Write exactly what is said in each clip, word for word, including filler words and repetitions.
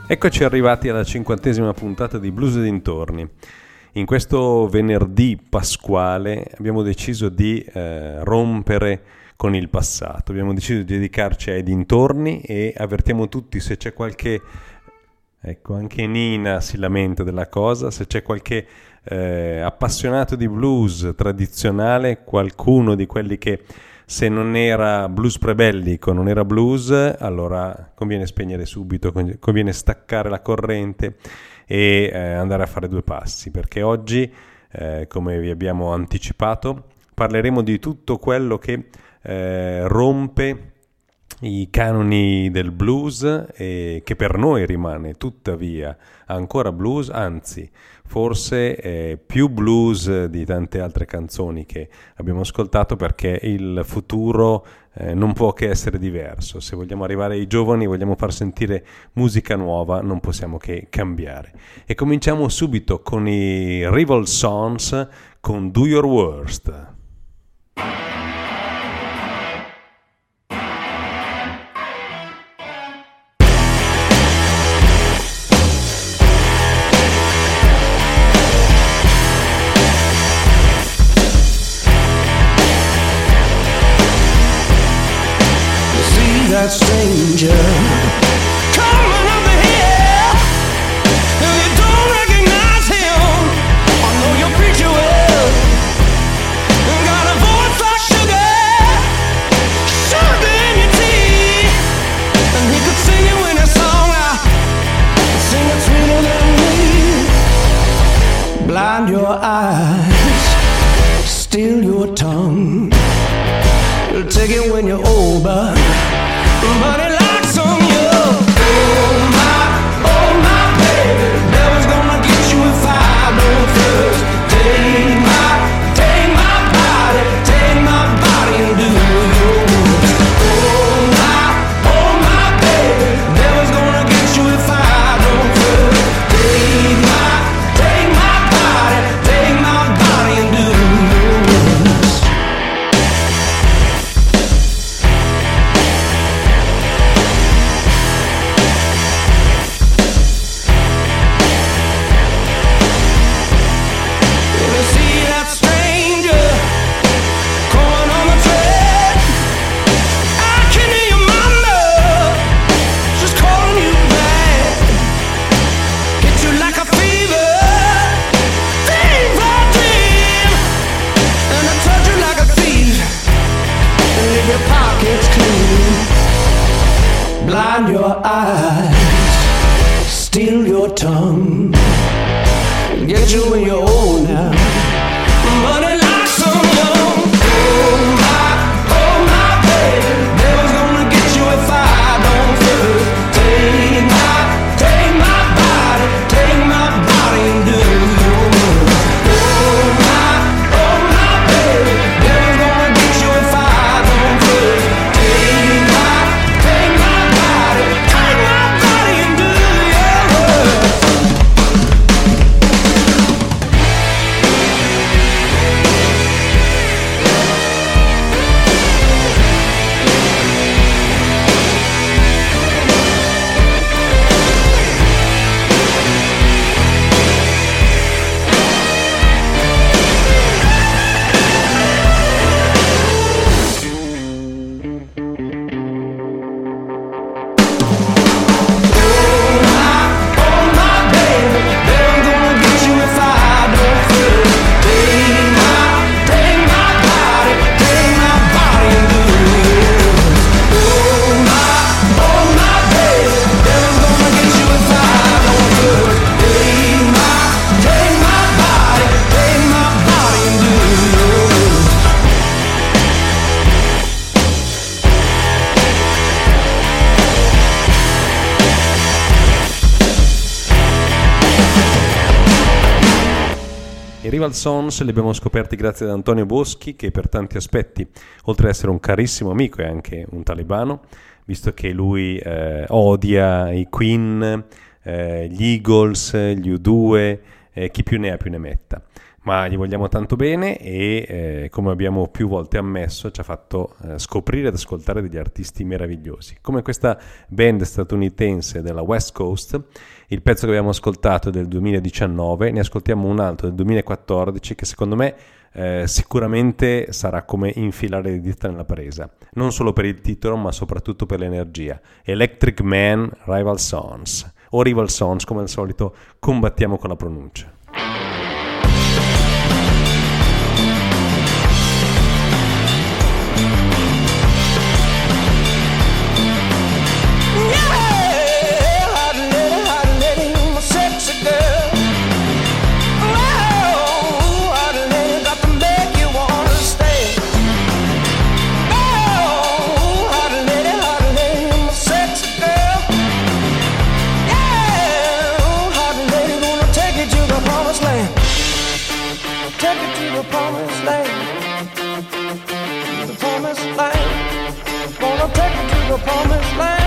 Eccoci arrivati alla cinquantesima puntata di Blues e dintorni. In questo venerdì pasquale abbiamo deciso di eh, rompere con il passato, abbiamo deciso di dedicarci ai dintorni e avvertiamo tutti se c'è qualche, ecco anche Nina si lamenta della cosa, se c'è qualche eh, appassionato di blues tradizionale, qualcuno di quelli che se non era blues prebellico, non era blues, allora conviene spegnere subito, conviene staccare la corrente e eh, andare a fare due passi, perché oggi, eh, come vi abbiamo anticipato, parleremo di tutto quello che eh, rompe i canoni del blues e che per noi rimane tuttavia ancora blues, anzi forse eh, più blues di tante altre canzoni che abbiamo ascoltato, perché il futuro eh, non può che essere diverso. Se vogliamo arrivare ai giovani, vogliamo far sentire musica nuova, non possiamo che cambiare. E cominciamo subito con i Rival Sons con Do Your Worst. That stranger coming over here, and you don't recognize him. I know your preacher well. Got a voice like sugar, sugar in your tea, and he could sing you in a song. I sing it sweeter than me. Blind your eyes, steal your tongue. You'll take it when you're old, but But it likes on you. Oh my, oh my baby, devil's gonna get you if I don't first. Take my, take my body, take my body and do your worst. Oh my, oh my baby, devil's gonna get you if I don't first. Take my, take my body, take my body and do your worst. Blind your eyes, steal your tongue, get you when you're old now, but it likes some young. Oh my, oh my baby, devil's gonna get you if I don't first. Take my, take my body, take my body and do your worst. Oh my, oh my baby, devil's gonna get you if I don't first. Take my, take my body, take my body and do your worst. I Rival Sons li abbiamo scoperti grazie ad Antonio Boschi, che per tanti aspetti, oltre ad essere un carissimo amico, è anche un talebano, visto che lui eh, odia i Queen, eh, gli Eagles, gli U due, eh, chi più ne ha più ne metta. ma gli vogliamo tanto bene e eh, come abbiamo più volte ammesso ci ha fatto eh, scoprire ed ascoltare degli artisti meravigliosi, come questa band statunitense della West Coast. Il pezzo che abbiamo ascoltato è del duemiladiciannove, ne ascoltiamo un altro del duemilaquattordici che secondo me eh, sicuramente sarà come infilare le dita nella presa, non solo per il titolo ma soprattutto per l'energia. Electric Man, Rival Sons, o Rival Sons come al solito combattiamo con la pronuncia. Promised land.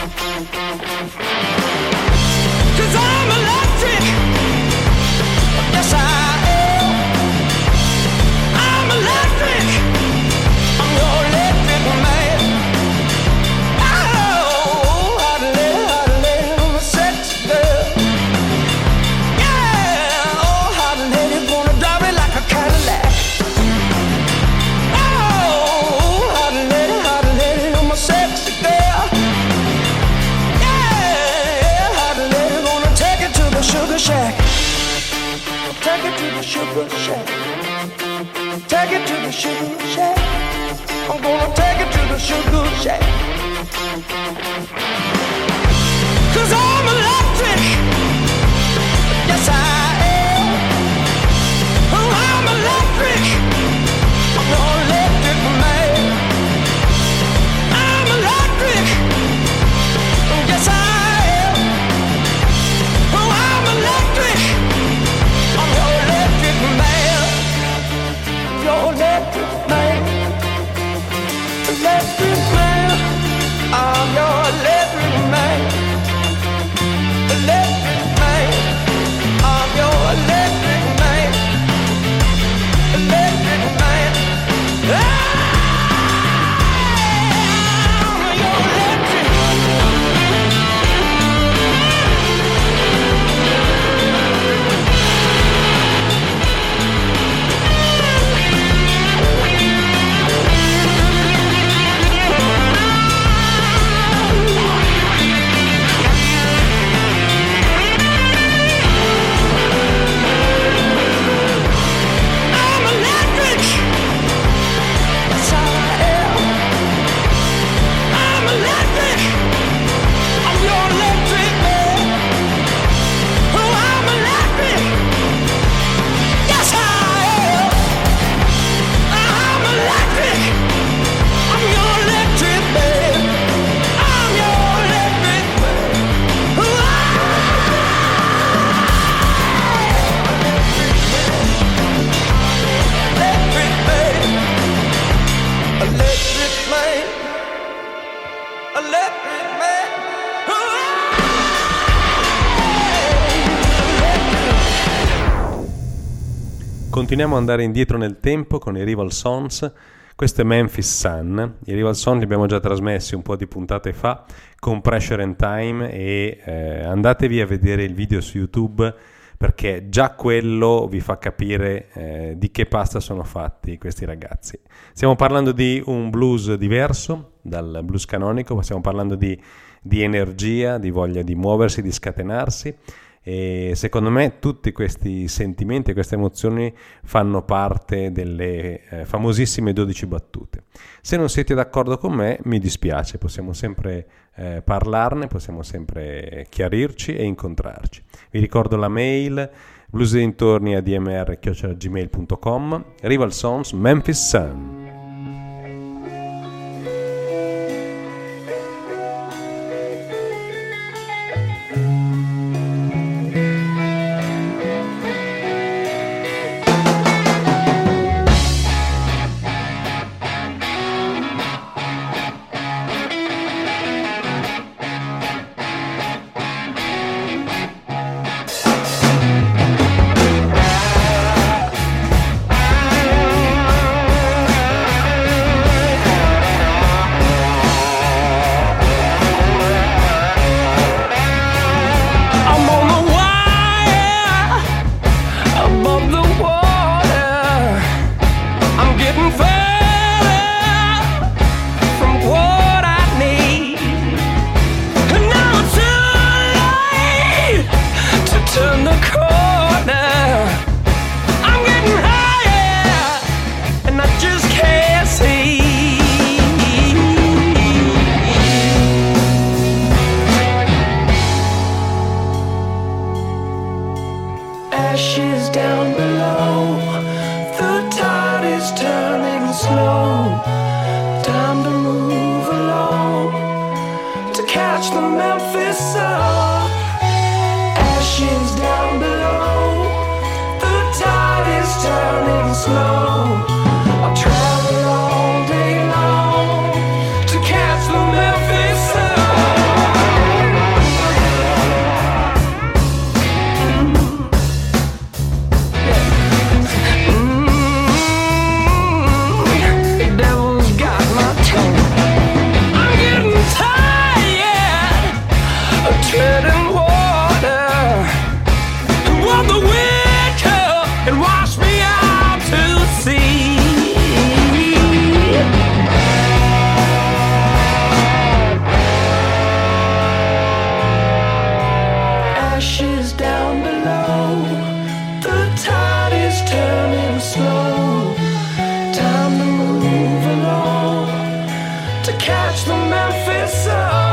'Cause I'm electric. Yes, I am. I'm electric. I'm your electric man. Oh, hot lady, hot lady, I'm a sexy girl. Yeah, oh, hot lady, gonna drive it like a Cadillac. Oh, hot lady, hot lady, I'm a sexy girl. Yeah, hot lady, gonna take it to the sugar shack. Take it to the sugar shack. Take it to the sugar shack. I'm gonna take it to the sugar shack. 'Cause I'm electric. Yes, I am. Oh, I'm electric. I'm your electric man. I'm electric. Yes, I am. Oh, I'm electric. I'm your electric man. Your electric man. Electric man. I'm your electric man. Electric man. I'm your electric man. Electric man. Ah! Continuiamo ad andare indietro nel tempo con i Rival Sons. Questo è Memphis Sun. I Rival Sons li abbiamo già trasmessi un po' di puntate fa con Pressure and Time e eh, andatevi a vedere il video su YouTube perché già quello vi fa capire eh, di che pasta sono fatti questi ragazzi. Stiamo parlando di un blues diverso dal blues canonico, stiamo parlando di, di energia, di voglia di muoversi, di scatenarsi. E secondo me tutti questi sentimenti e queste emozioni fanno parte delle eh, famosissime dodici battute. Se non siete d'accordo con me mi dispiace, possiamo sempre eh, parlarne, possiamo sempre chiarirci e incontrarci. Vi ricordo la mail bluesdintorni a d m r chiocciola gmail punto com. Rival Sons, Memphis Sun. catch the Memphis sun. Ashes down below, the tide is turning slow. I'll travel all day long to catch the Memphis sun. Treading water, and want the wind come and wash me out to sea. Ashes down below, the tide is turning slow. Time to move along to catch the Memphis sun.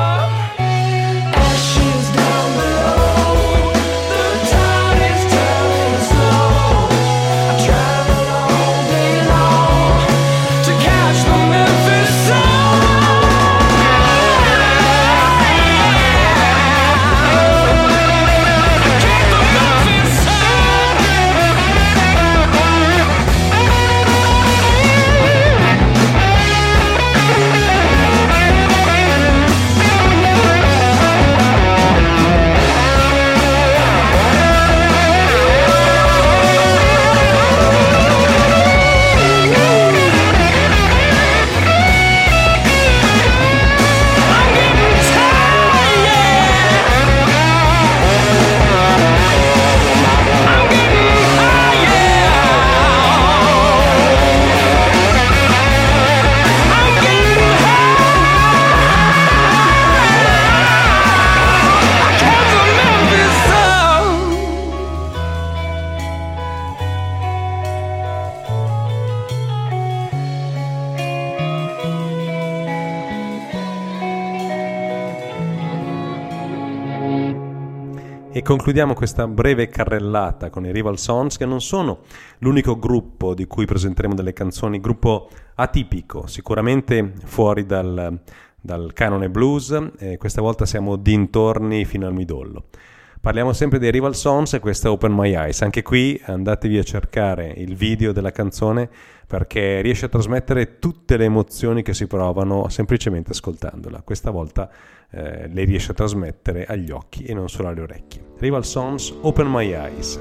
E concludiamo questa breve carrellata con i Rival Sons, che non sono l'unico gruppo di cui presenteremo delle canzoni, gruppo atipico, sicuramente fuori dal, dal canone blues, e questa volta siamo dintorni fino al midollo. Parliamo sempre dei Rival Sons e questa è Open My Eyes. Anche qui andatevi a cercare il video della canzone perché riesce a trasmettere tutte le emozioni che si provano semplicemente ascoltandola. Questa volta eh, le riesce a trasmettere agli occhi e non solo alle orecchie. Rival Sons, Open My Eyes.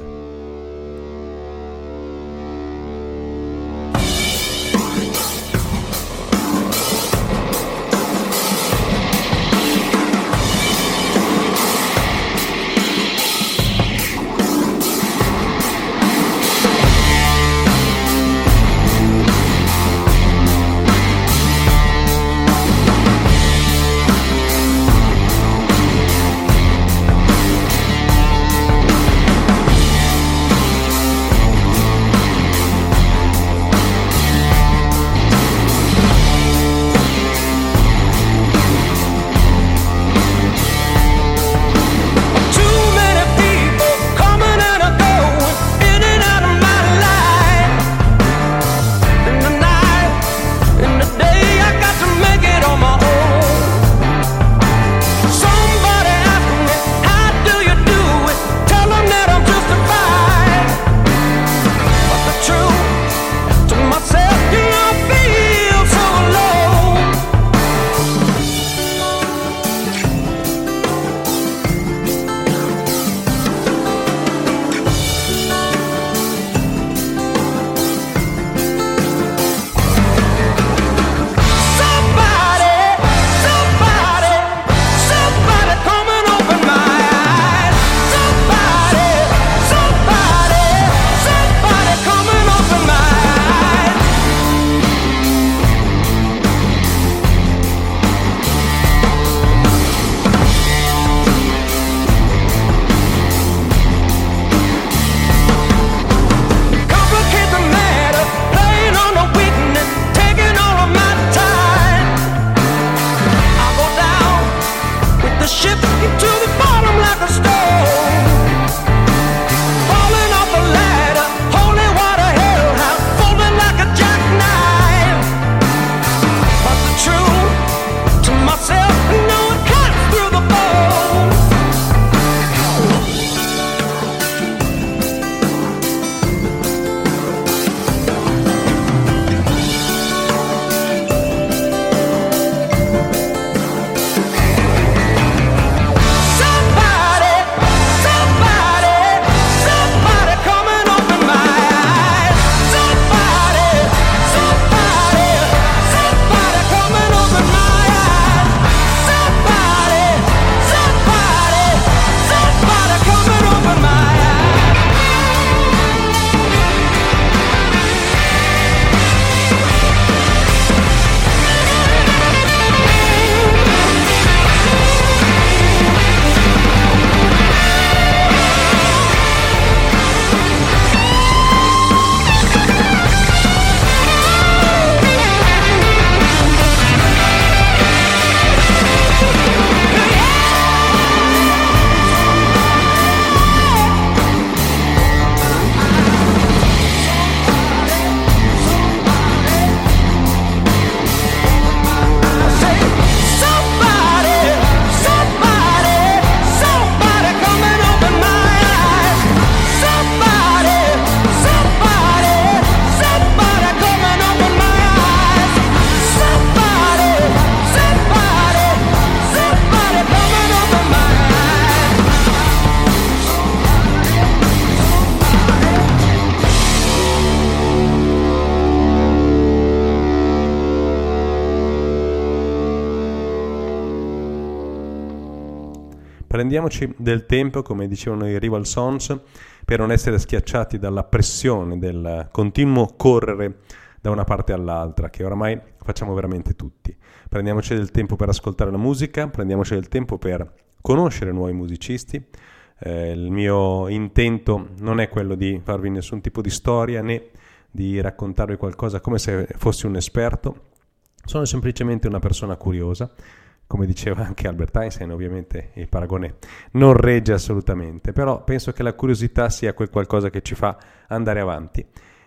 Prendiamoci del tempo, come dicevano i Rival Sons, per non essere schiacciati dalla pressione del continuo correre da una parte all'altra, che oramai facciamo veramente tutti. Prendiamoci del tempo per ascoltare la musica, prendiamoci del tempo per conoscere nuovi musicisti. Eh, il mio intento non è quello di farvi nessun tipo di storia né di raccontarvi qualcosa come se fossi un esperto. Sono semplicemente una persona curiosa. Come diceva anche Albert Einstein, ovviamente il paragone non regge assolutamente, però penso che la curiosità sia quel qualcosa che ci fa andare avanti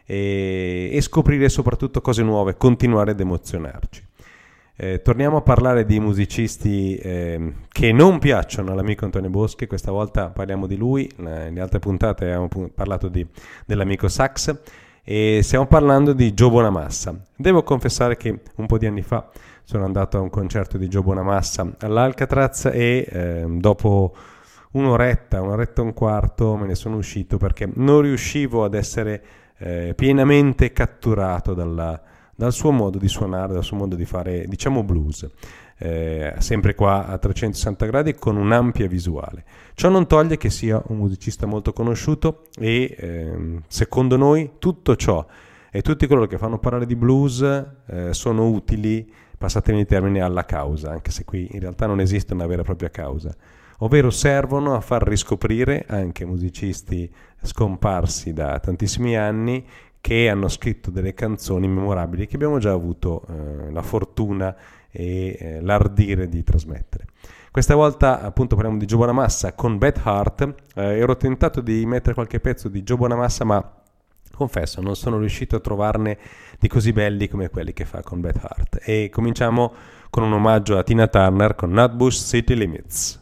e, e scoprire soprattutto cose nuove, continuare ad emozionarci. Eh, torniamo a parlare di musicisti eh, che non piacciono all'amico Antonio Boschi. Questa volta parliamo di lui. Nelle altre puntate abbiamo parlato di, dell'amico sax e stiamo parlando di Joe Bonamassa. Devo confessare che un po' di anni fa sono andato a un concerto di Joe Bonamassa all'Alcatraz e eh, dopo un'oretta, un'oretta e un quarto me ne sono uscito perché non riuscivo ad essere eh, pienamente catturato dalla, dal suo modo di suonare, dal suo modo di fare, diciamo, blues. Eh, sempre qua a trecentosessanta gradi con un'ampia visuale. Ciò non toglie che sia un musicista molto conosciuto e eh, secondo noi tutto ciò e tutti coloro che fanno parlare di blues eh, sono utili, passatemi i termini, alla causa, anche se qui in realtà non esiste una vera e propria causa, ovvero servono a far riscoprire anche musicisti scomparsi da tantissimi anni che hanno scritto delle canzoni memorabili che abbiamo già avuto eh, la fortuna e eh, l'ardire di trasmettere. Questa volta appunto parliamo di Joe Bonamassa con Bad Heart. Eh, ero tentato di mettere qualche pezzo di Joe Bonamassa, ma confesso non sono riuscito a trovarne di così belli come quelli che fa con Bad Heart. E cominciamo con un omaggio a Tina Turner con Nutbush City Limits.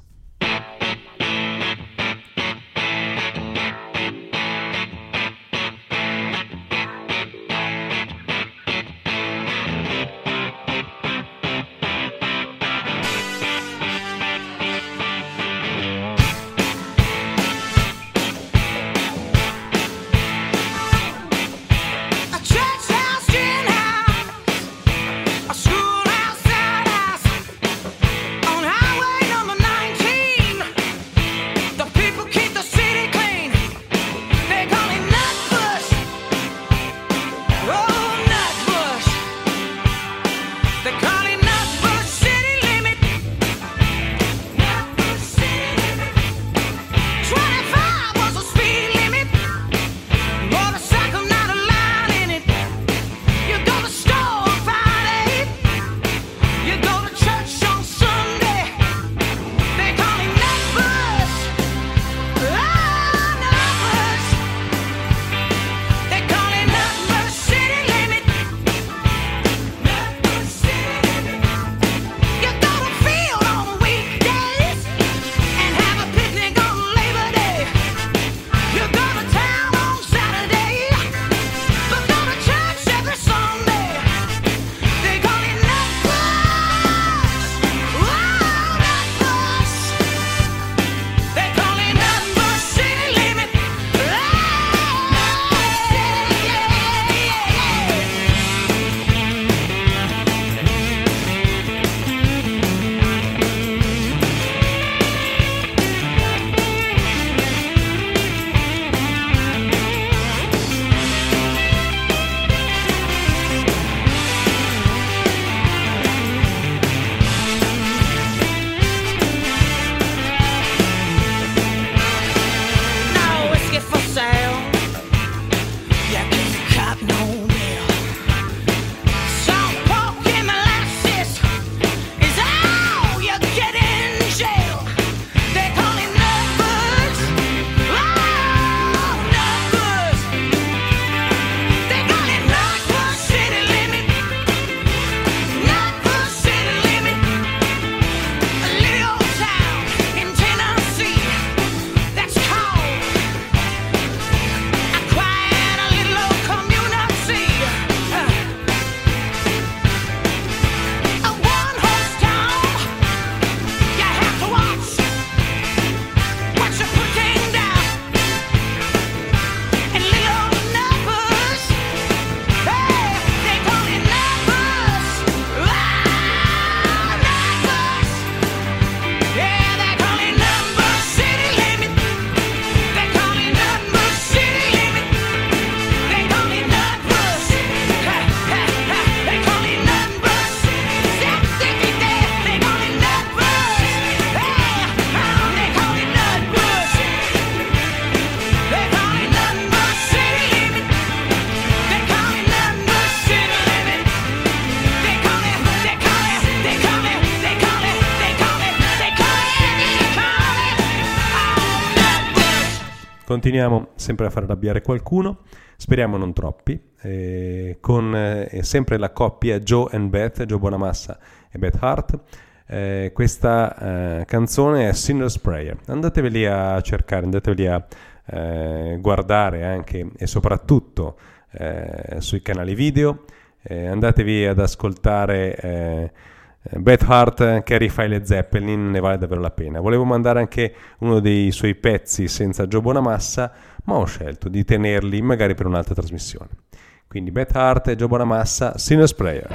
Schoolhouse, on highway number nineteen. continuiamo sempre a far arrabbiare qualcuno, speriamo non troppi, eh, con eh, sempre la coppia Joe and Beth, Joe Bonamassa e Beth Hart. Eh, questa eh, canzone è Sinner's Prayer, andateveli a cercare, andateveli a eh, guardare anche e soprattutto eh, sui canali video, eh, andatevi ad ascoltare eh, Beth Hart che rifà le Zeppelin, ne vale davvero la pena. Volevo mandare anche uno dei suoi pezzi senza Joe Bonamassa, ma ho scelto di tenerli magari per un'altra trasmissione. Quindi Beth Hart e Joe Bonamassa, Sinner's Prayer.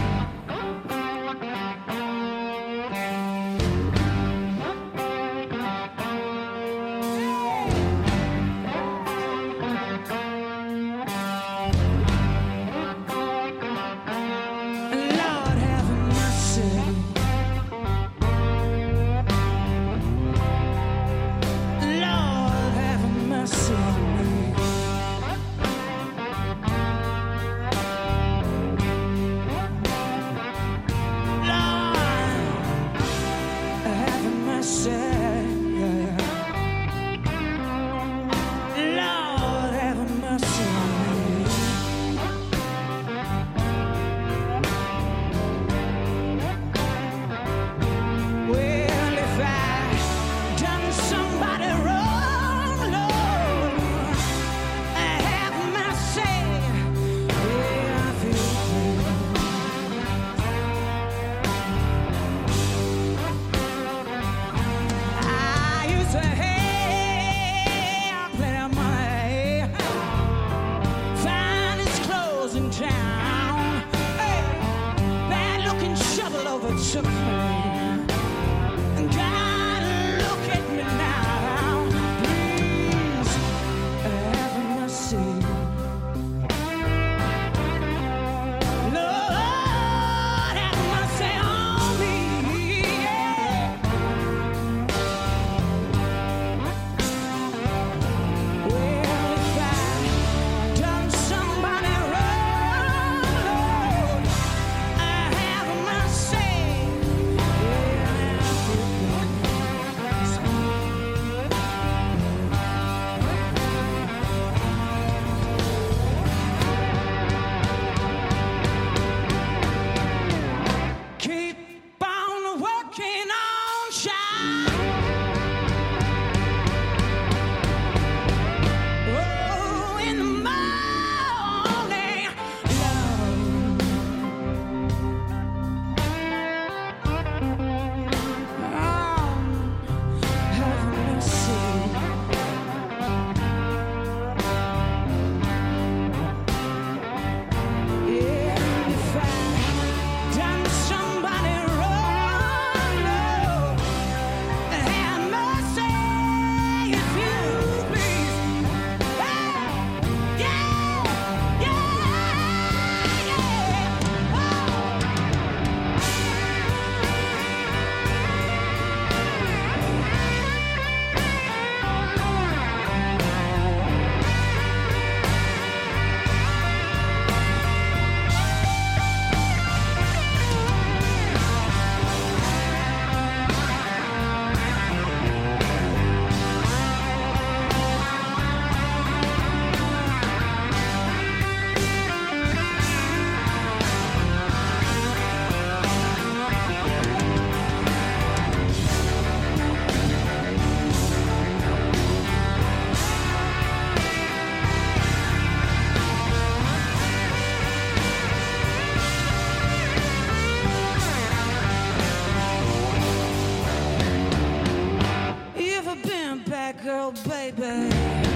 girl, baby.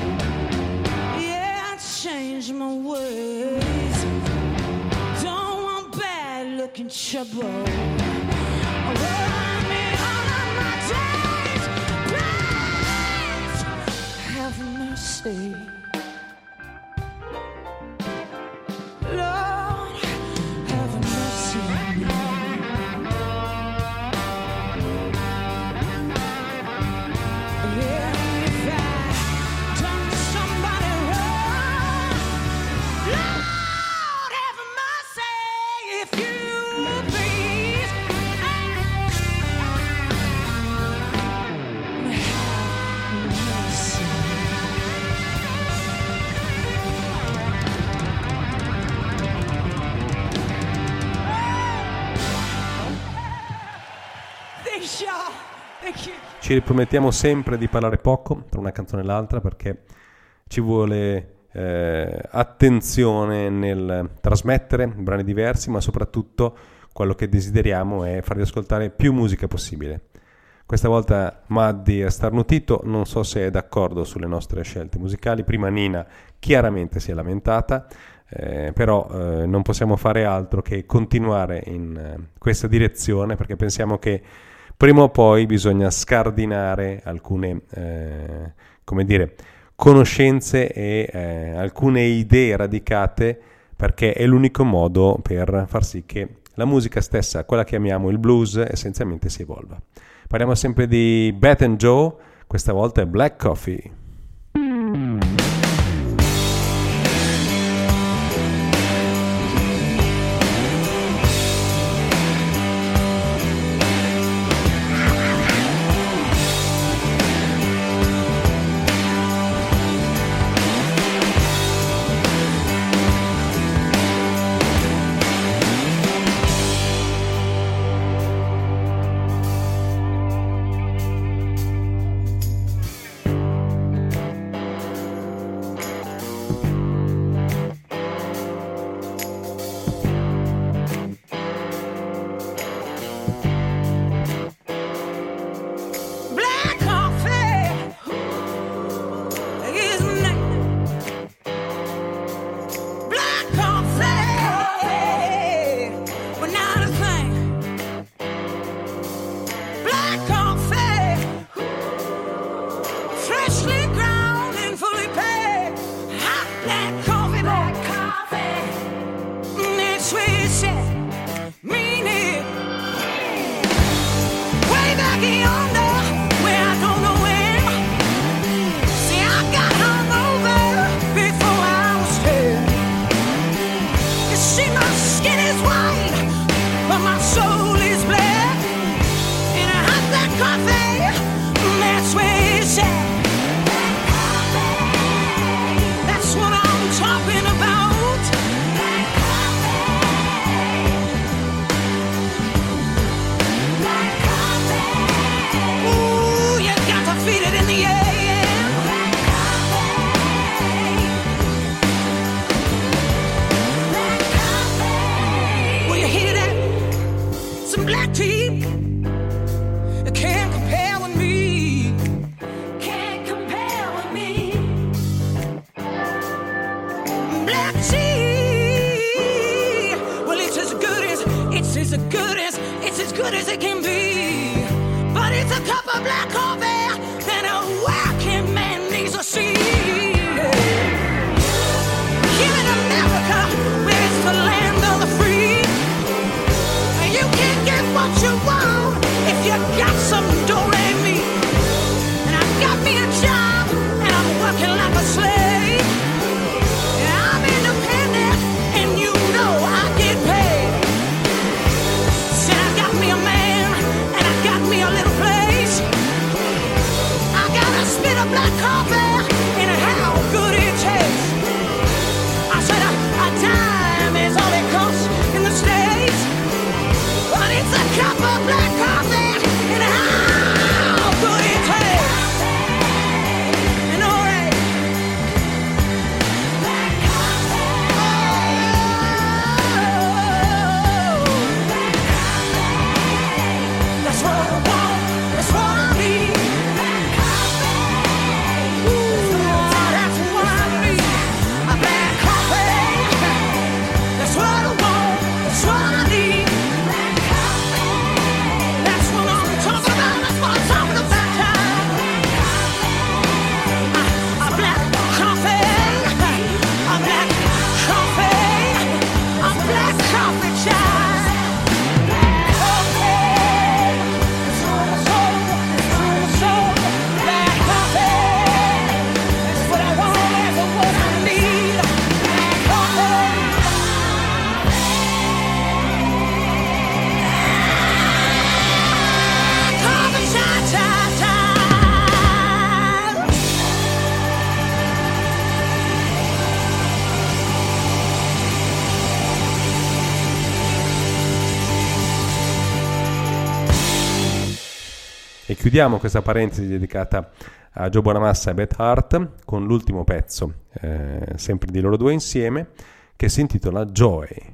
Yeah, I changed my ways. Don't want bad looking trouble. Run me all of my days. Please have mercy. Lord, have mercy on me. Yeah, if I done somebody wrong, Lord, have mercy if you please. Have mercy. Thanks, y'all. Thank you. Ci ripromettiamo sempre di parlare poco tra una canzone e l'altra perché ci vuole eh, attenzione nel trasmettere brani diversi, ma soprattutto quello che desideriamo è farvi ascoltare più musica possibile. Questa volta Maddi è starnutito, non so se è d'accordo sulle nostre scelte musicali. Prima Nina chiaramente si è lamentata, eh, però eh, non possiamo fare altro che continuare in eh, questa direzione, perché pensiamo che prima o poi bisogna scardinare alcune, eh, come dire, conoscenze e eh, alcune idee radicate, perché è l'unico modo per far sì che la musica stessa, quella che chiamiamo il blues, essenzialmente si evolva. Parliamo sempre di Beth and Joe, questa volta è Black Coffee. Cup of black E chiudiamo questa parentesi dedicata a Joe Bonamassa e Beth Hart con l'ultimo pezzo, eh, sempre di loro due insieme, che si intitola Joy.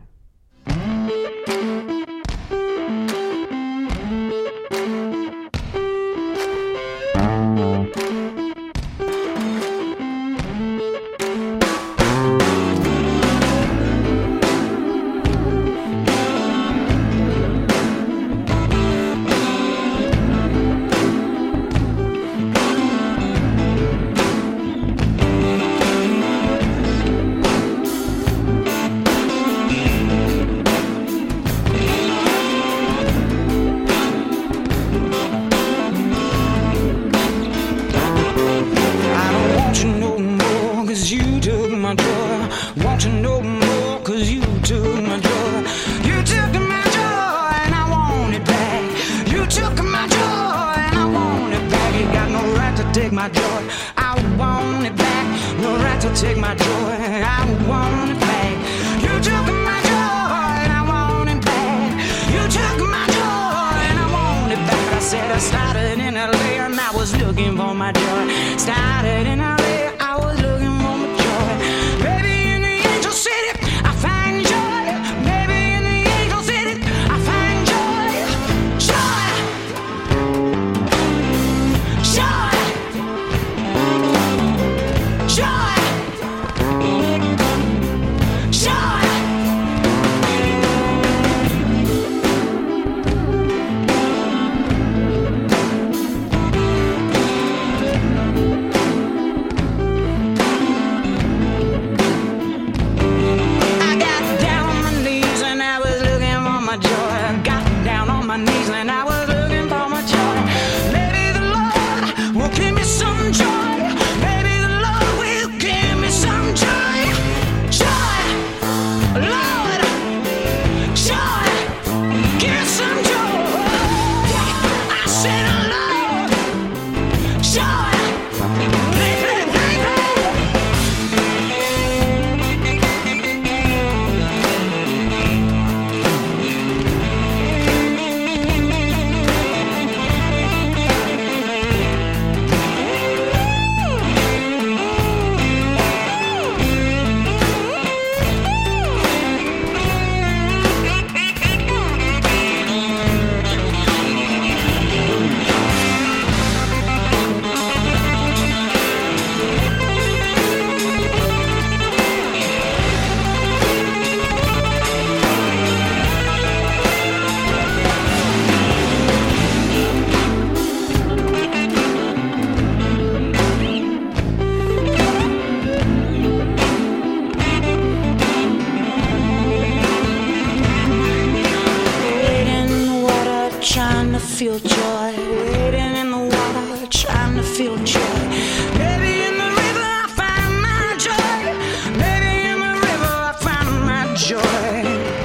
Feel joy, wading in the water, trying to feel joy. Maybe in the river I find my joy. Maybe in the river I find my joy.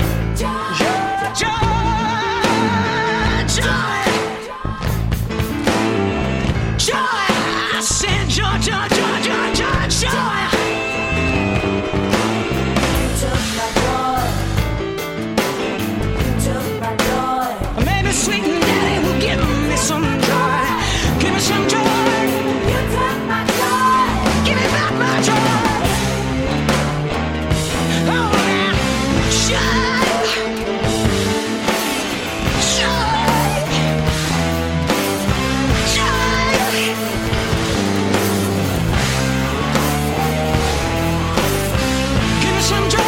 Joy, joy, joy, joy. I said joy, joy, joy, joy, joy, joy. You took my joy. You took my joy. Maybe sweet and give me some joy, give me some joy. You took my joy, give me back my joy. Oh yeah, joy, joy, joy. Give me some joy.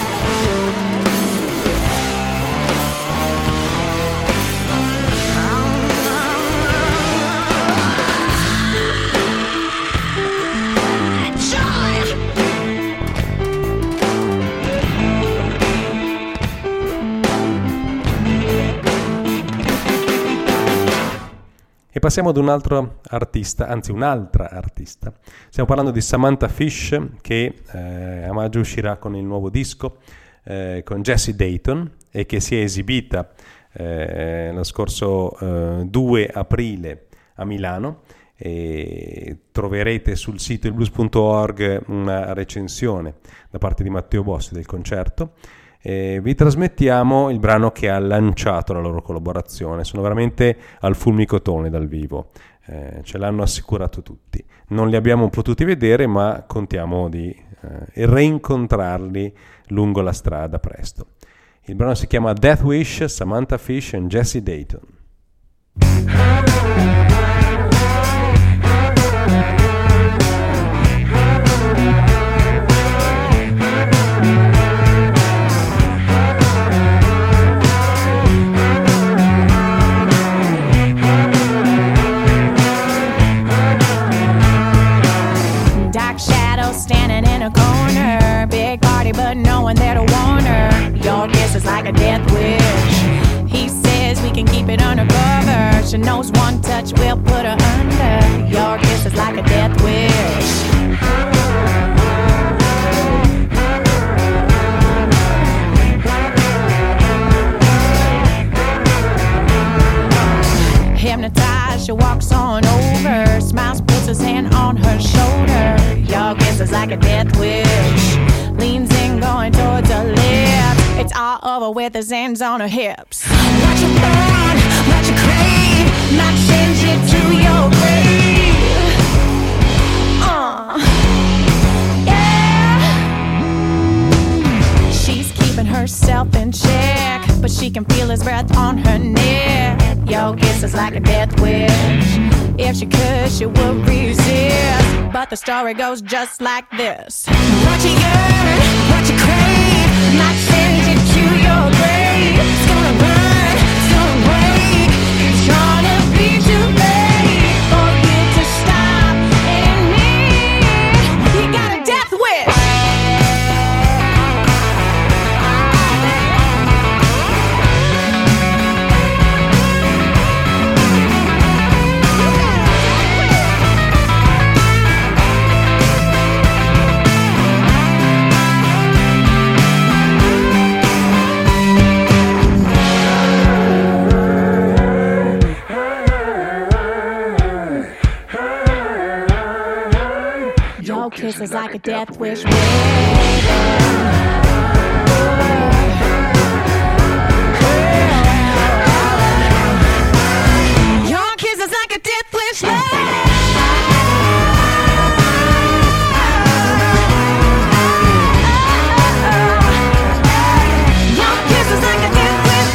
E passiamo ad un altro artista, anzi un'altra artista. Stiamo parlando di Samantha Fish, che eh, a maggio uscirà con il nuovo disco eh, con Jessie Dayton e che si è esibita eh, lo scorso eh, due aprile a Milano. E troverete sul sito il blues punto org una recensione da parte di Matteo Bossi del concerto. E vi trasmettiamo il brano che ha lanciato la loro collaborazione. Sono veramente al fulmicotone dal vivo, eh, ce l'hanno assicurato tutti. Non li abbiamo potuti vedere, ma contiamo di eh, reincontrarli lungo la strada presto. Il brano si chiama Death Wish, Samantha Fish e Jesse Dayton. Standing in a corner, big party but no one there to warn her. Your kiss is like a death wish. He says we can keep it undercover. She knows one touch will put her under. Your kiss is like a death wish. Hypnotized, she walks on over, smiles, puts his hand on her shoulder. Your kiss is like a death wish. Leans in, going towards her lips. It's all over with his hands on her hips. Watch you burn, watch you crave, not send you to your grave. Uh, yeah. She's keeping herself in check, but she can feel his breath on her neck. Your kiss is like a death wish. If she could, she would resist. But the story goes just like this. What you yearn, what you crave, not send you to your grave. It's gonna burn, it's gonna break. It's gonna be too late for you to stop in me. You got a death wish. Kiss is like a death wish. Your kiss is like a death wish. Your kiss is like a death wish.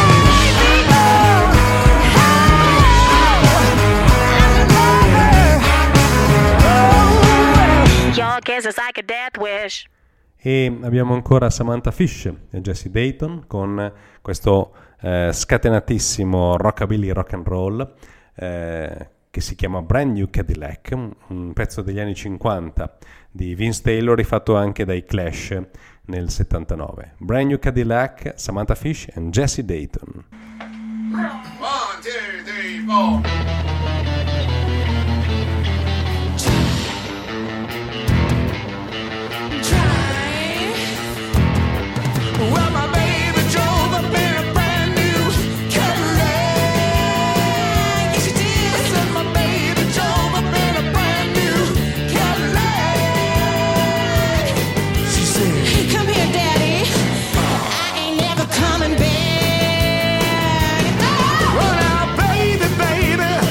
Your kiss is like a death wish. E abbiamo ancora Samantha Fish e Jesse Dayton con questo eh, scatenatissimo rockabilly rock and roll eh, che si chiama Brand New Cadillac, un pezzo degli anni cinquanta di Vince Taylor rifatto anche dai Clash nel settantanove. Brand New Cadillac, Samantha Fish e Jesse Dayton. One, two, three, four. Well, my baby drove up in a brand new Cadillac. Yes, she did. I said my baby drove up in a brand new Cadillac. She said, Come here, Daddy. I ain't never coming back. well, now, baby, baby,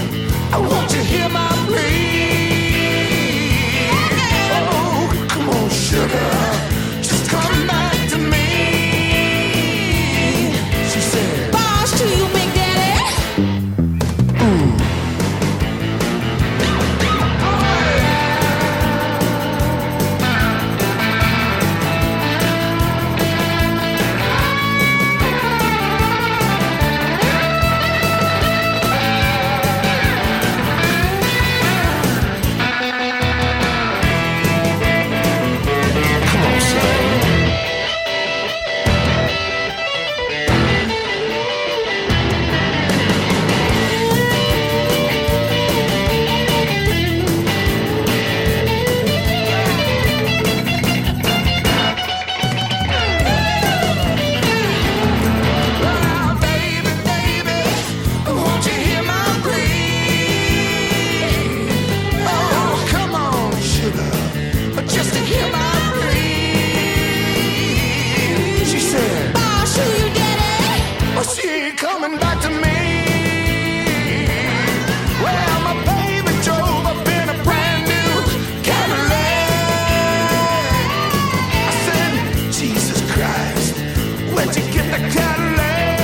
me. Well, my baby drove up in a brand new Cadillac. I said, Jesus Christ, where'd you get the Cadillac?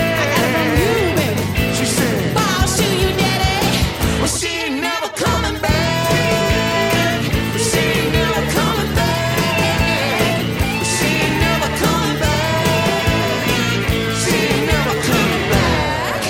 She said, I'll shoot you, Daddy. well, she ain't never coming back. She ain't never coming back. She ain't never coming back. She ain't never coming back.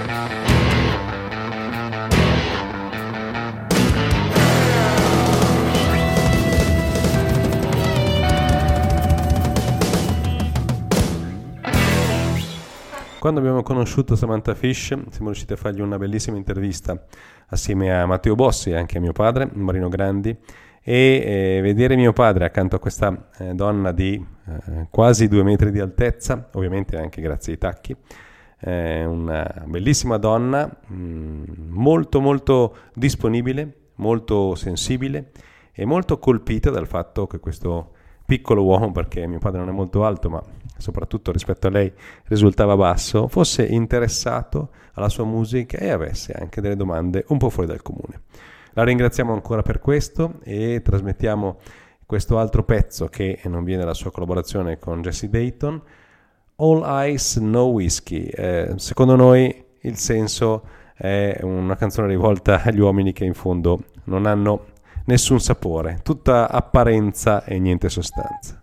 Quando abbiamo conosciuto Samantha Fish siamo riusciti a fargli una bellissima intervista assieme a Matteo Bossi e anche a mio padre, Marino Grandi, e eh, vedere mio padre accanto a questa eh, donna di eh, quasi due metri di altezza, ovviamente anche grazie ai tacchi, eh, una bellissima donna, mh, molto molto disponibile, molto sensibile e molto colpita dal fatto che questo piccolo uomo, perché mio padre non è molto alto, ma soprattutto rispetto a lei risultava basso, fosse interessato alla sua musica e avesse anche delle domande un po' fuori dal comune. La ringraziamo ancora per questo e trasmettiamo questo altro pezzo che non viene dalla sua collaborazione con Jesse Dayton, All Ice No Whiskey. Eh, secondo noi il senso è una canzone rivolta agli uomini che in fondo non hanno nessun sapore, tutta apparenza e niente sostanza.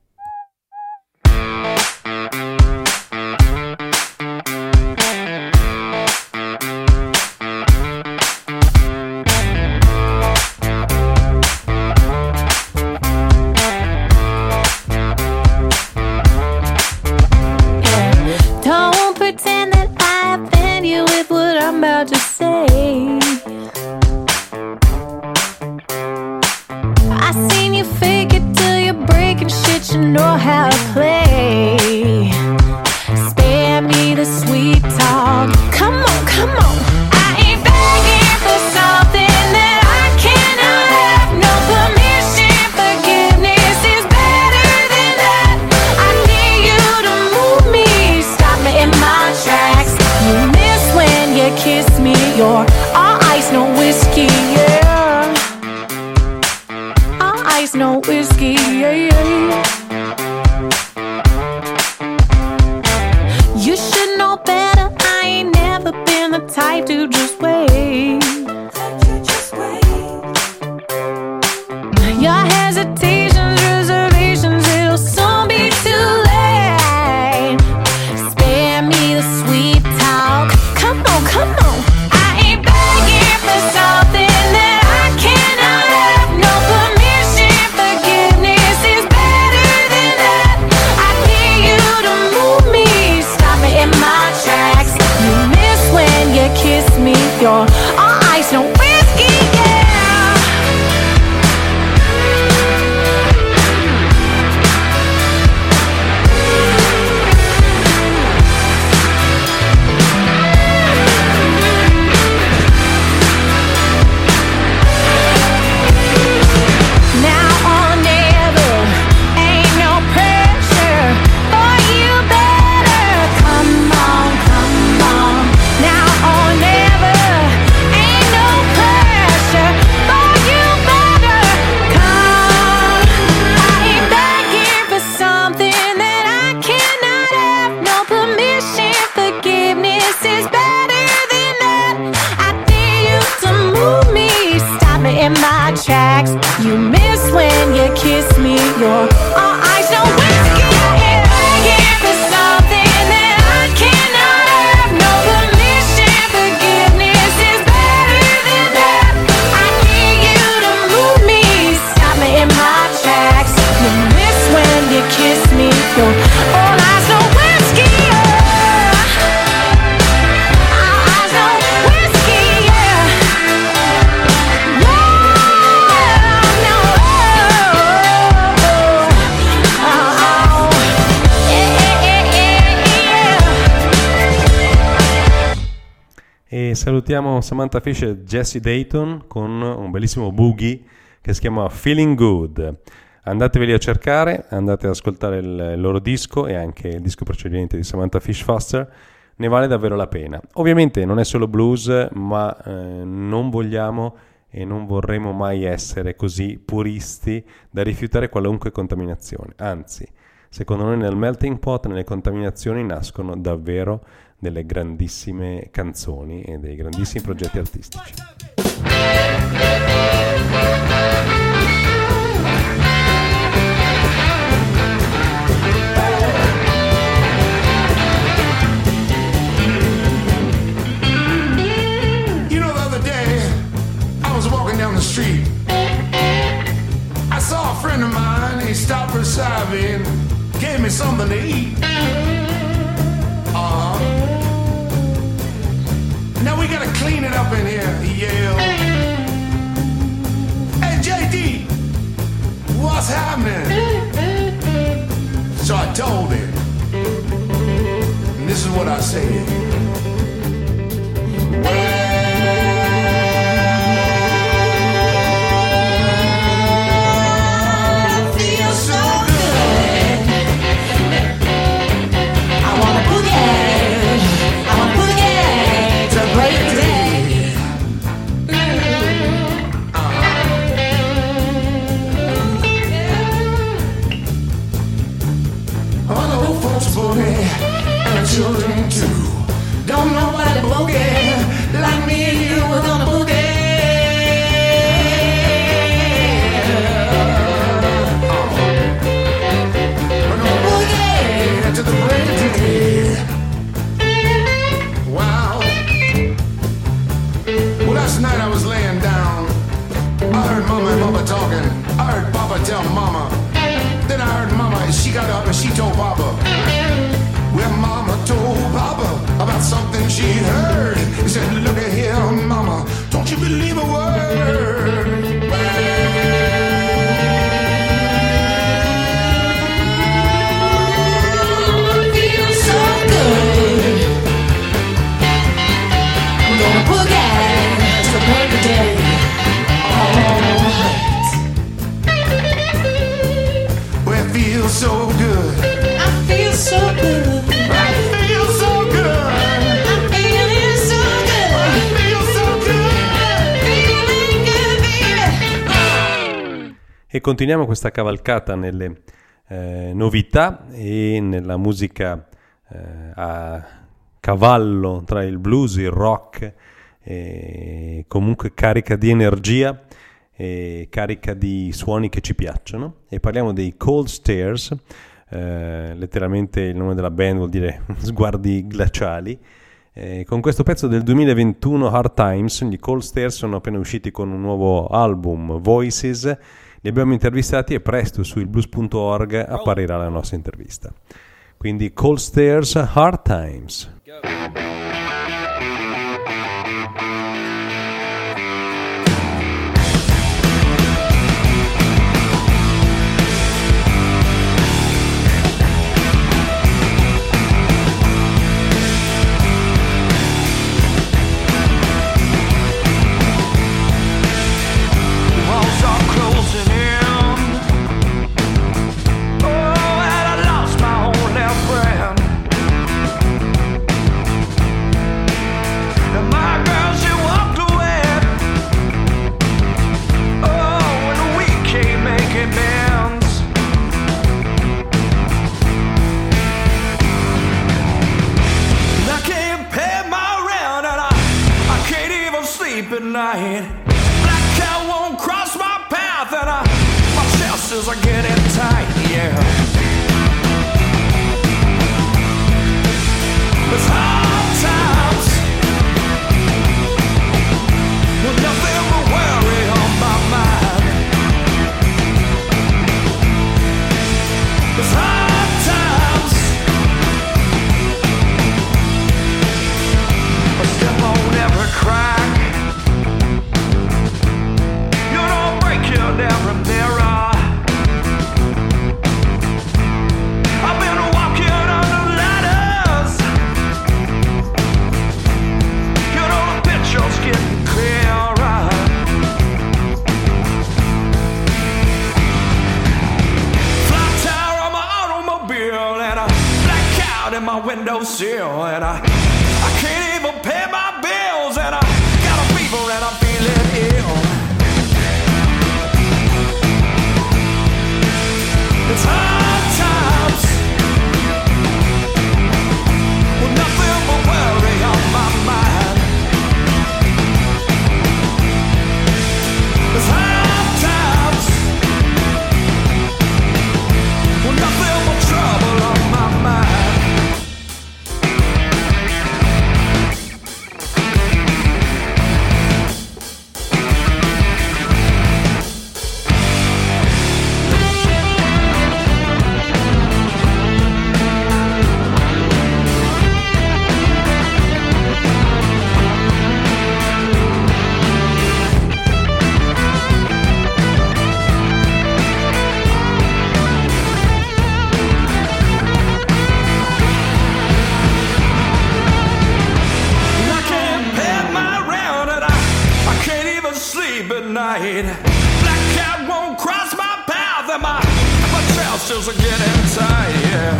Don't pretend that I offend you with what I'm about to say. I seen you fake it till you're breaking shit, you know how to play. Spare me the sweet talk. Come on, come on. I ain't begging for something that I cannot have. No permission, forgiveness is better than that. I need you to move me, stop me in my tracks. You miss when you kiss me, you're all ice, no whiskey, yeah. All ice, no whiskey, yeah, yeah. You should know better, I ain't never been the type to just wait. Your hesitations, reservations, it'll soon be too late. Spare me the sweet talk. Come on, come on. I ain't begging for something that I cannot have. No permission, forgiveness is better than that. I need you to move me, stop me in my tracks. You miss when you kiss me, you're all ice, no whiskey, yeah. Now or never, ain't no pressure for you better. Come on, come on. Now or never, ain't no pressure for you better. Come. I ain't begging for something that I cannot have. No permission, forgiveness is better than that. I need you to move me, stop me in my tracks. You miss when you kiss me, you're all ice, no whiskey. I ain't begging for something that I cannot have. No permission, forgiveness is better than that. I need you to move me, stop me in my tracks. You miss when you kiss me, you're all ice, no whiskey. All ice, no whiskey, yeah. E salutiamo Samantha Fish e Jesse Dayton con un bellissimo boogie che si chiama Feeling Good. Andateveli a cercare, andate ad ascoltare il loro disco e anche il disco precedente di Samantha Fish Foster. ne vale davvero la pena. Ovviamente non è solo blues, ma eh, non vogliamo e non vorremmo mai essere così puristi da rifiutare qualunque contaminazione. Anzi, secondo noi nel melting pot, nelle contaminazioni nascono davvero delle grandissime canzoni e dei grandissimi progetti artistici. Down the street, I saw a friend of mine. He stopped for a side and gave me something to eat. Uh-huh. Now we gotta clean it up in here, he yelled. Hey J D, what's happening? So I told him, and this is what I said. Children too don't know what a boogie like me and you were gonna boogie. Oh. We're gonna boogie to the break of day. Wow. Well, last night I was laying down. I heard Mama and Papa talking. I heard Papa tell Mama. Then I heard Mama. She got up and she told Papa. Well, Mama told Papa about something she heard. He said, look at here, Mama, don't you believe a word. Feels so good. We're gonna boogie to the break of day. All right. Well, it feels so good. I feel so good. E continuiamo questa cavalcata nelle eh, novità e nella musica eh, a cavallo tra il blues, il rock, e comunque carica di energia e carica di suoni che ci piacciono. E parliamo dei Cold Stairs, eh, letteralmente il nome della band vuol dire sguardi glaciali. Eh, con questo pezzo del duemilaventuno, Hard Times, gli Cold Stairs sono appena usciti con un nuovo album, Voices. Li abbiamo intervistati e presto su il blues punto org apparirà la nostra intervista. Quindi Cold Stairs, Hard Times. Night. Black cow won't cross my path, and I, my chest is getting tight, yeah. It's hard times, with nothing but worry on my mind. It's hard times, I step on every crack. Every mirror, I've been walking under ladders. You know the picture's getting clearer. Flat tire on my automobile and a black cloud in my windowsill, and I night. Black cat won't cross my path, and my, my trousers are getting tight, yeah.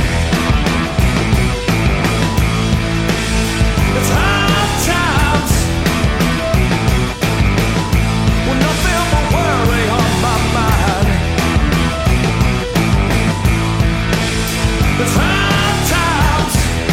It's hard times with nothing but worry on my mind. It's hard times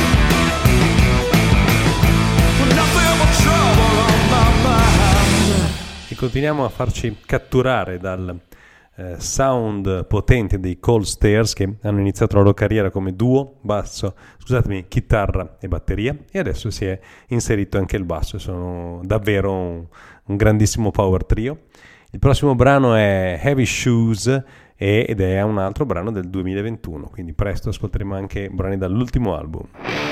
with nothing but trouble on my mind. E continuiamo a farci catturare dal eh, sound potente dei Cold Stairs, che hanno iniziato la loro carriera come duo, basso, scusatemi, chitarra e batteria, e adesso si è inserito anche il basso. Sono davvero un, un grandissimo power trio. Il prossimo brano è Heavy Shoes ed è un altro brano del duemilaventuno, quindi presto ascolteremo anche brani dall'ultimo album.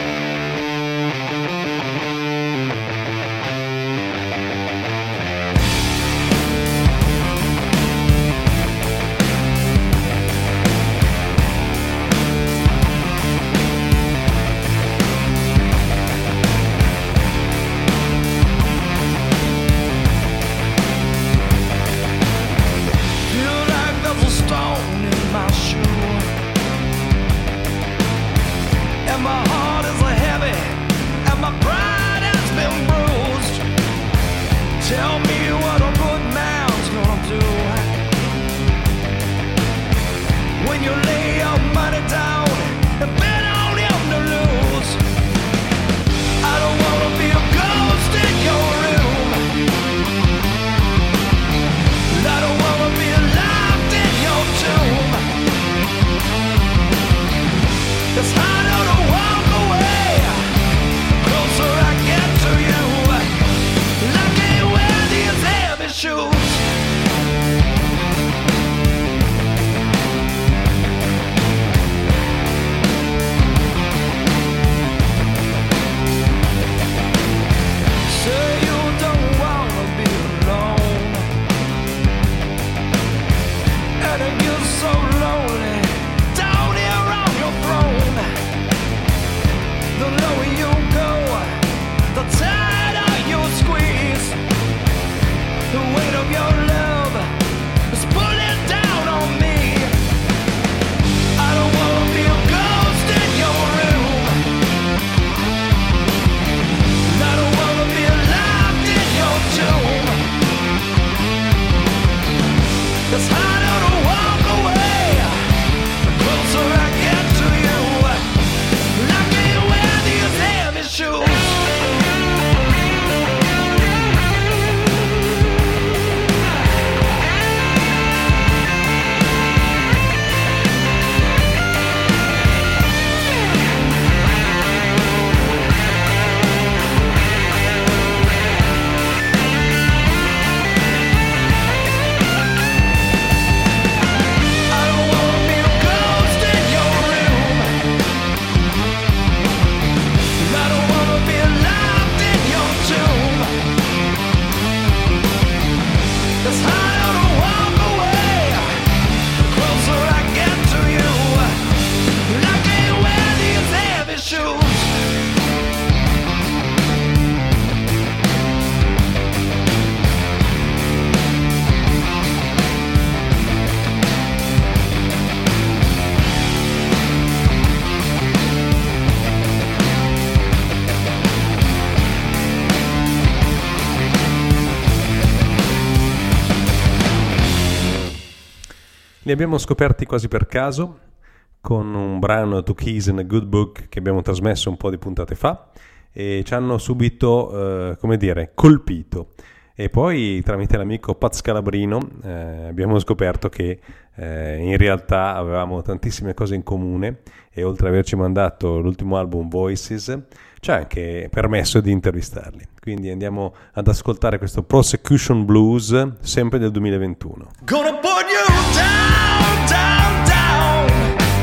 Li abbiamo scoperti quasi per caso con un brano Two Keys and a Good Book che abbiamo trasmesso un po' di puntate fa e ci hanno subito, eh, come dire, colpito. E poi tramite l'amico Pat Scalabrino eh, abbiamo scoperto che eh, in realtà avevamo tantissime cose in comune e oltre ad averci mandato l'ultimo album Voices ci ha anche permesso di intervistarli. Quindi andiamo ad ascoltare questo Prosecution Blues sempre del duemilaventuno. Gonna put you down, down, down.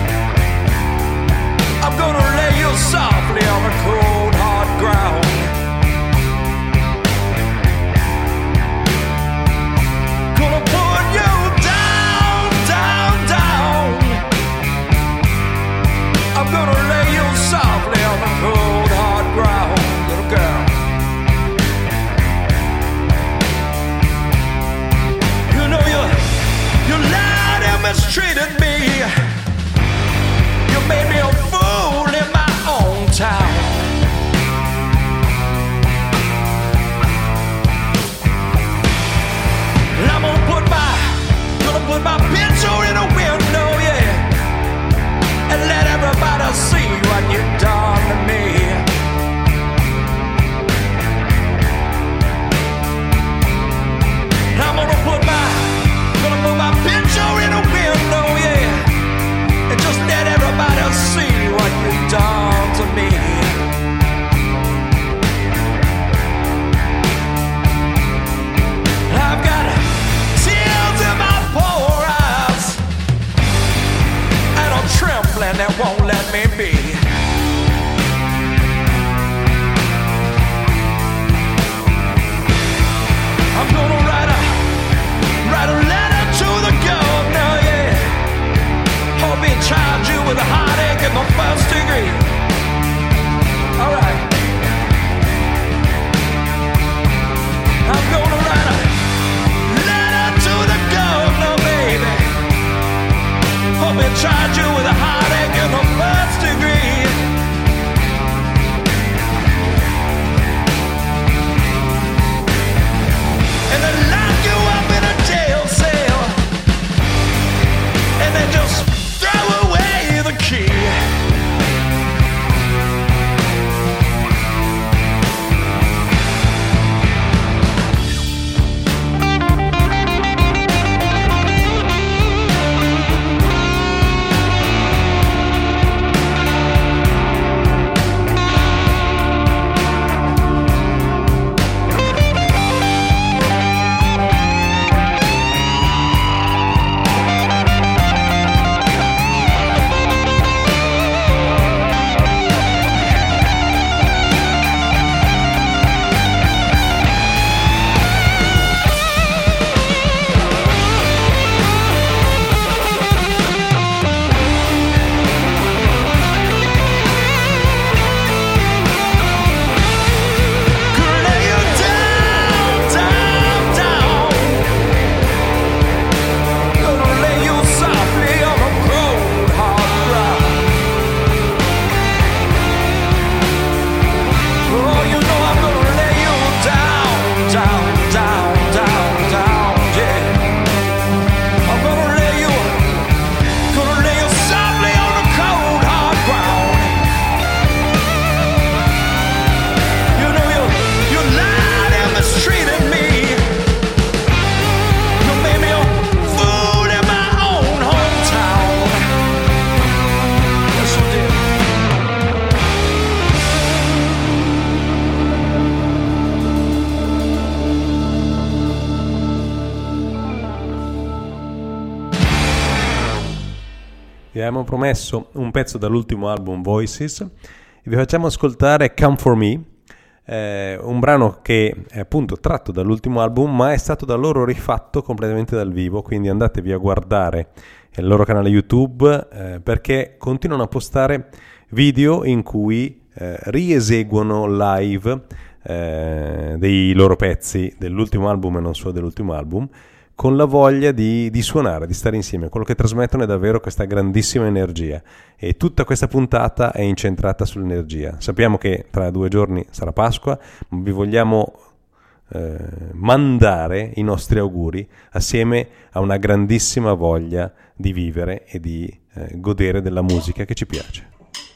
I'm gonna lay you softly on the cold hard ground. Gonna put you down, down, down. I'm gonna lay you softly on the cold hard ground, little girl. Vi abbiamo promesso un pezzo dall'ultimo album Voices e vi facciamo ascoltare Come For Me, eh, un brano che è appunto tratto dall'ultimo album ma è stato da loro rifatto completamente dal vivo, quindi andatevi a guardare il loro canale YouTube eh, perché continuano a postare video in cui eh, rieseguono live eh, dei loro pezzi dell'ultimo album e non solo dell'ultimo album, con la voglia di, di suonare, di stare insieme. Quello che trasmettono è davvero questa grandissima energia e tutta questa puntata è incentrata sull'energia. Sappiamo che tra due giorni sarà Pasqua, ma vi vogliamo eh, mandare i nostri auguri assieme a una grandissima voglia di vivere e di eh, godere della musica che ci piace.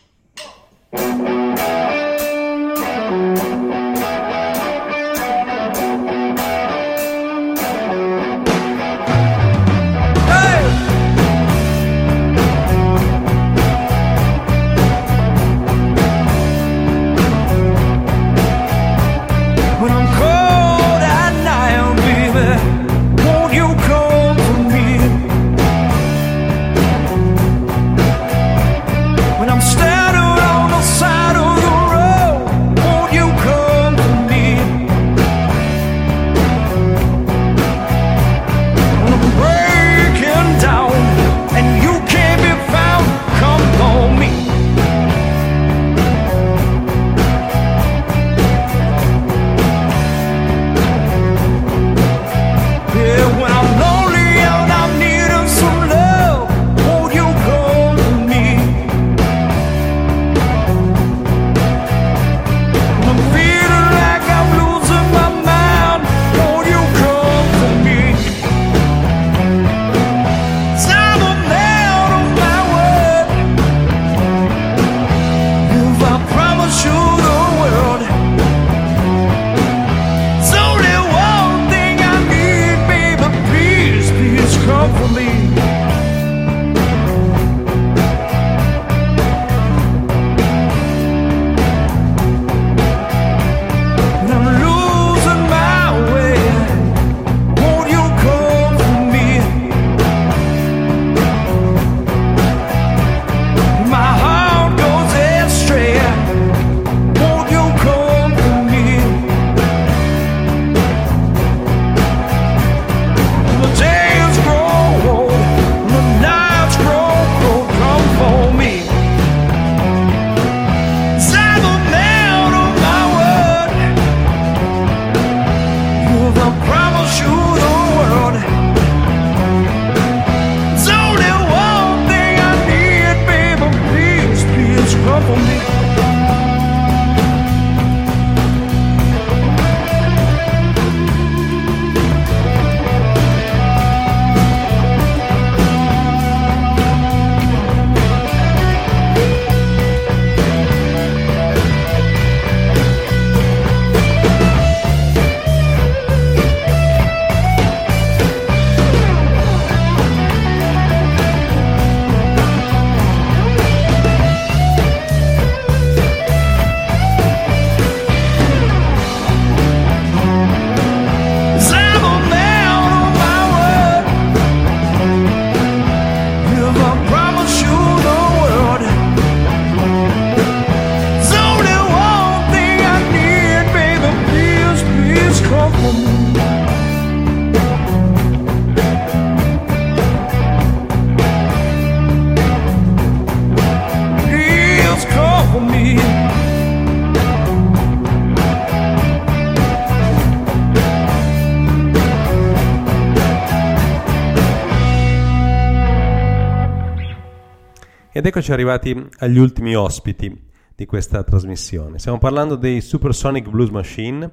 Ed eccoci arrivati agli ultimi ospiti di questa trasmissione. Stiamo parlando dei Supersonic Blues Machine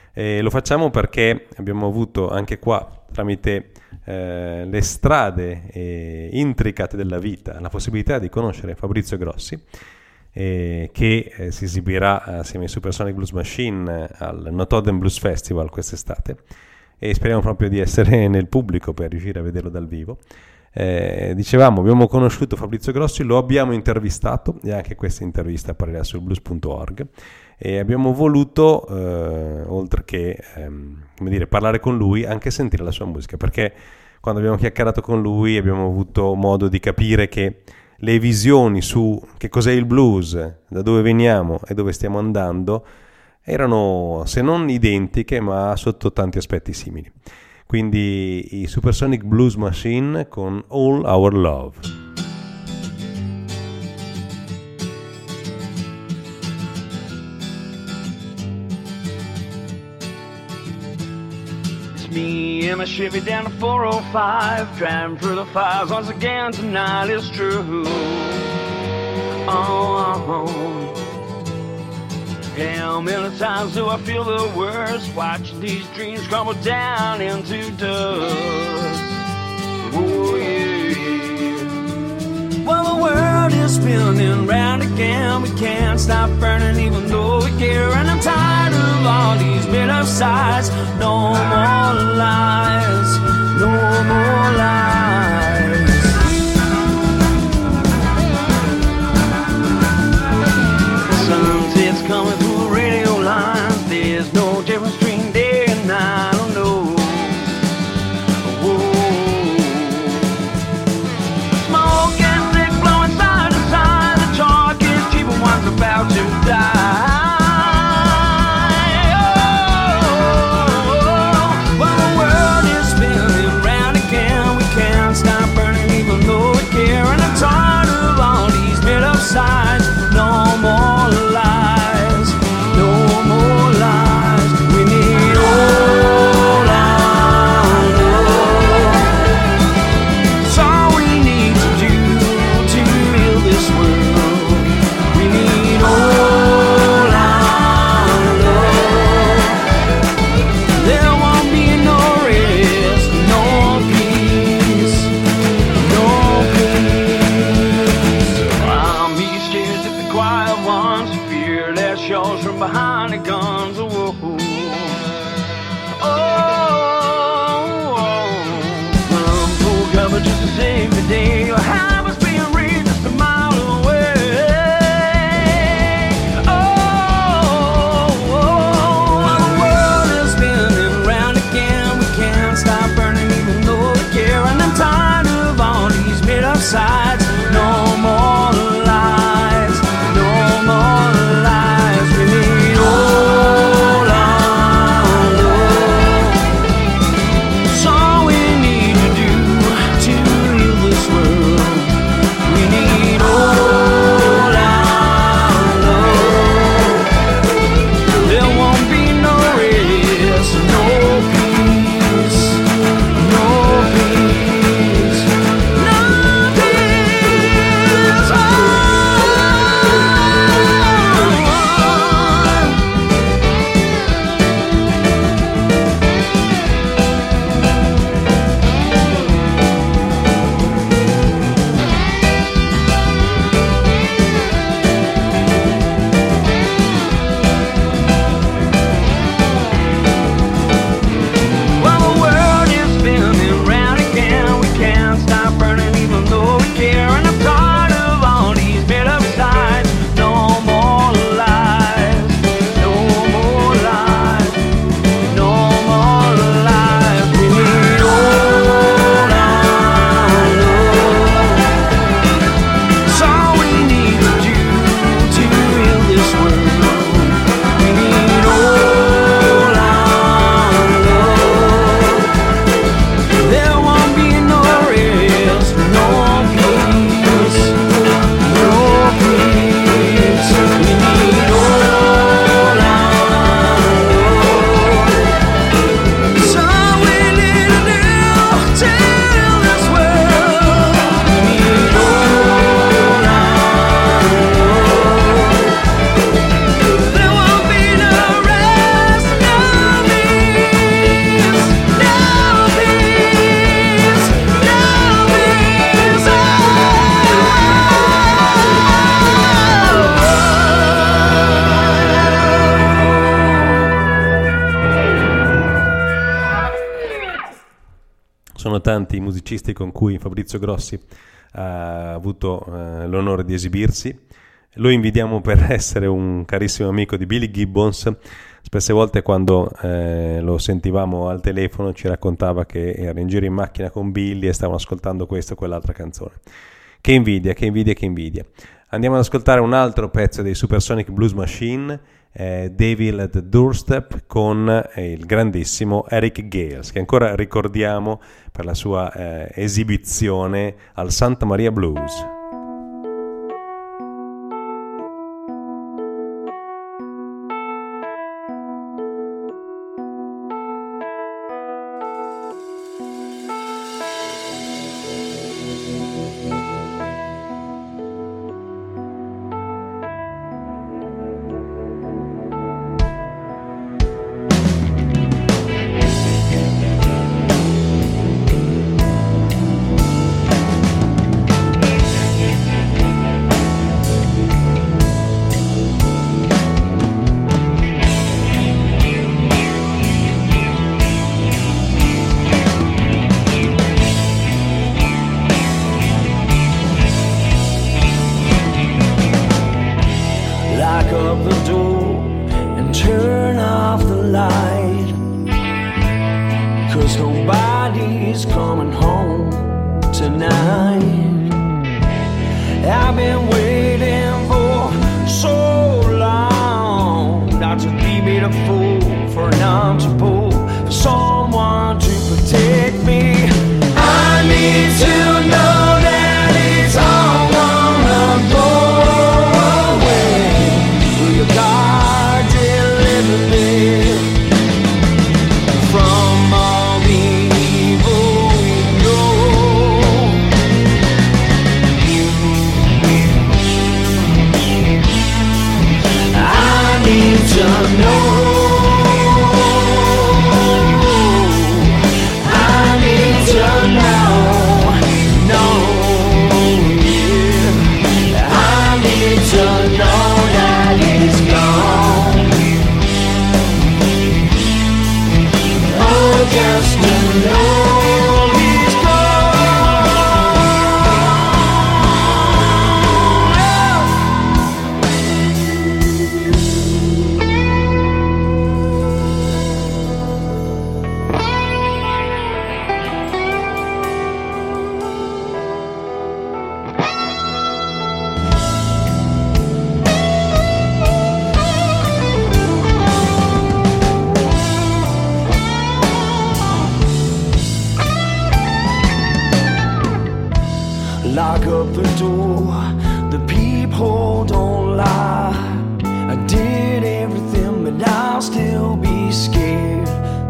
e lo facciamo perché abbiamo avuto anche qua, tramite eh, le strade eh, intricate della vita, la possibilità di conoscere Fabrizio Grossi, eh, che eh, si esibirà assieme ai Supersonic Blues Machine al Notoden Blues Festival quest'estate e speriamo proprio di essere nel pubblico per riuscire a vederlo dal vivo. Eh, dicevamo, abbiamo conosciuto Fabrizio Grossi, lo abbiamo intervistato e anche questa intervista apparirà sul blues punto org e abbiamo voluto eh, oltre che ehm, come dire, parlare con lui, anche sentire la sua musica, perché quando abbiamo chiacchierato con lui abbiamo avuto modo di capire che le visioni su che cos'è il blues, da dove veniamo e dove stiamo andando, erano se non identiche ma sotto tanti aspetti simili. Quindi i Supersonic Blues Machine con All Our Love. Me and my Chevy down to four oh five, driving through the fires once again tonight, it's true. Oh, how many times do I feel the worst, watching these dreams crumble down into dust? Oh yeah. Well, the world is spinning round again, we can't stop burning even though we care. And I'm tired of all these made-up sides. No more lies, no more lies. Sunset's coming through the radio lines. There's no difference between day and night. Oh no. Whoa. Smoke and thick blowing side to side. The chalk is cheap and one's about to die. Sides, no more lies, no more lies. We need all our love. It's all we need to do to heal this world. We need all our love. There won't be no rest, no peace, no peace. Quiet ones, fear that shows from behind the guns. Oh, oh, oh. I'm full cover just to save the day. Your habits being read just a mile away. Oh, oh, the world is spinning round again. We can't stop burning even though we care. And I'm tired of all these made-up sides. No more lies. No more lies, we need all our love. It's all we need to do to heal this world. We need all our love. There won't be no rest, no peace, no peace, no peace. Oh. Sono tanti i musicisti con cui Fabrizio Grossi ha avuto eh, l'onore di esibirsi. Lo invidiamo per essere un carissimo amico di Billy Gibbons. Spesse volte quando eh, lo sentivamo al telefono ci raccontava che era in giro in macchina con Billy e stavano ascoltando questa o quell'altra canzone. Che invidia, che invidia, che invidia. Andiamo ad ascoltare un altro pezzo dei Supersonic Blues Machine, eh, Devil at the Doorstep, con eh, il grandissimo Eric Gales, che ancora ricordiamo per la sua eh, esibizione al Santa Maria Blues. Lock up the door, the peephole don't lie. I did everything, but I'll still be scared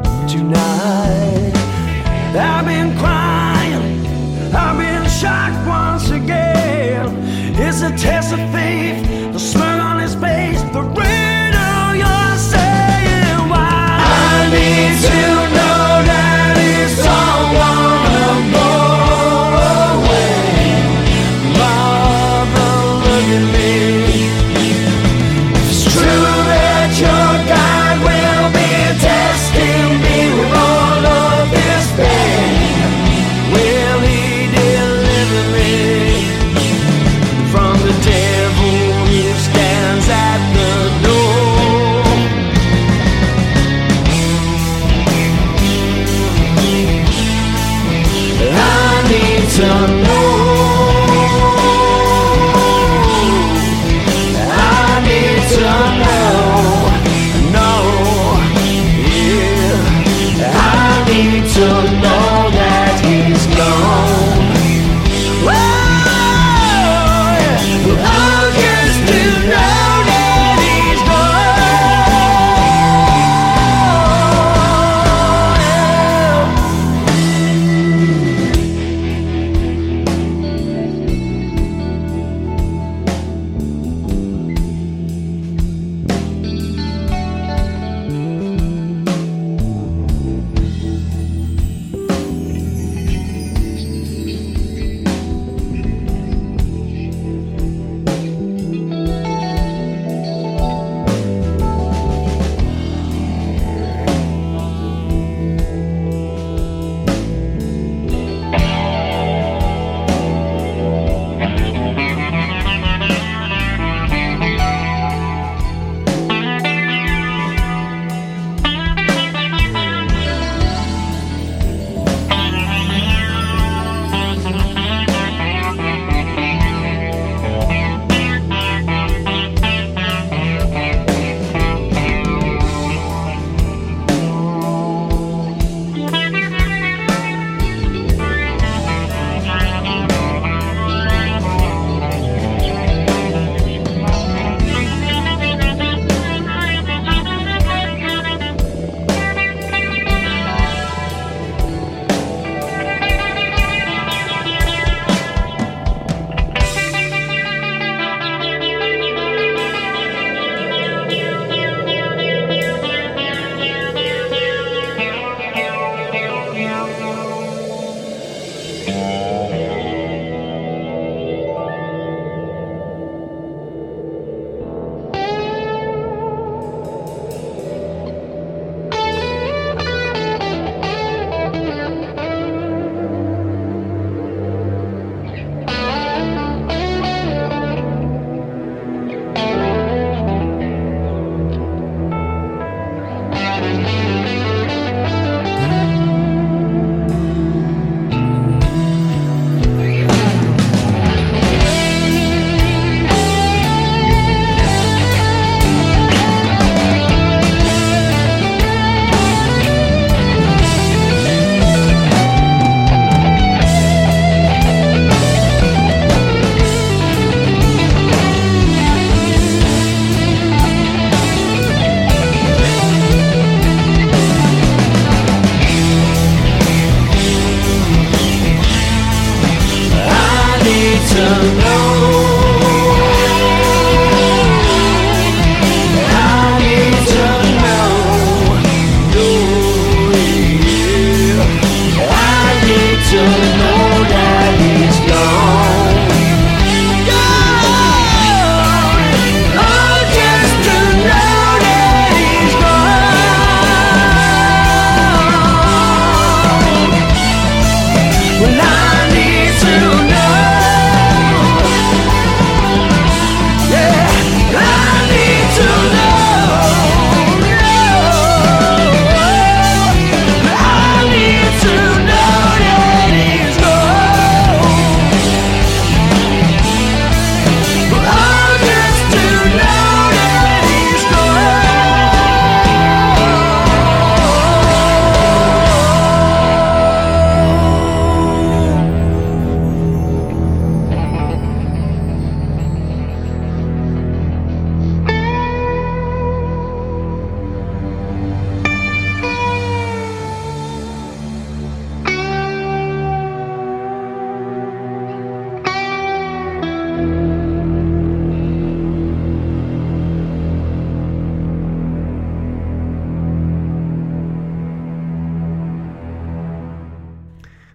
tonight. I've been crying, I've been shocked once again. It's a test of faith, the smirk on his face, the riddle you're saying. Why? I need to know that it's someone to go away. My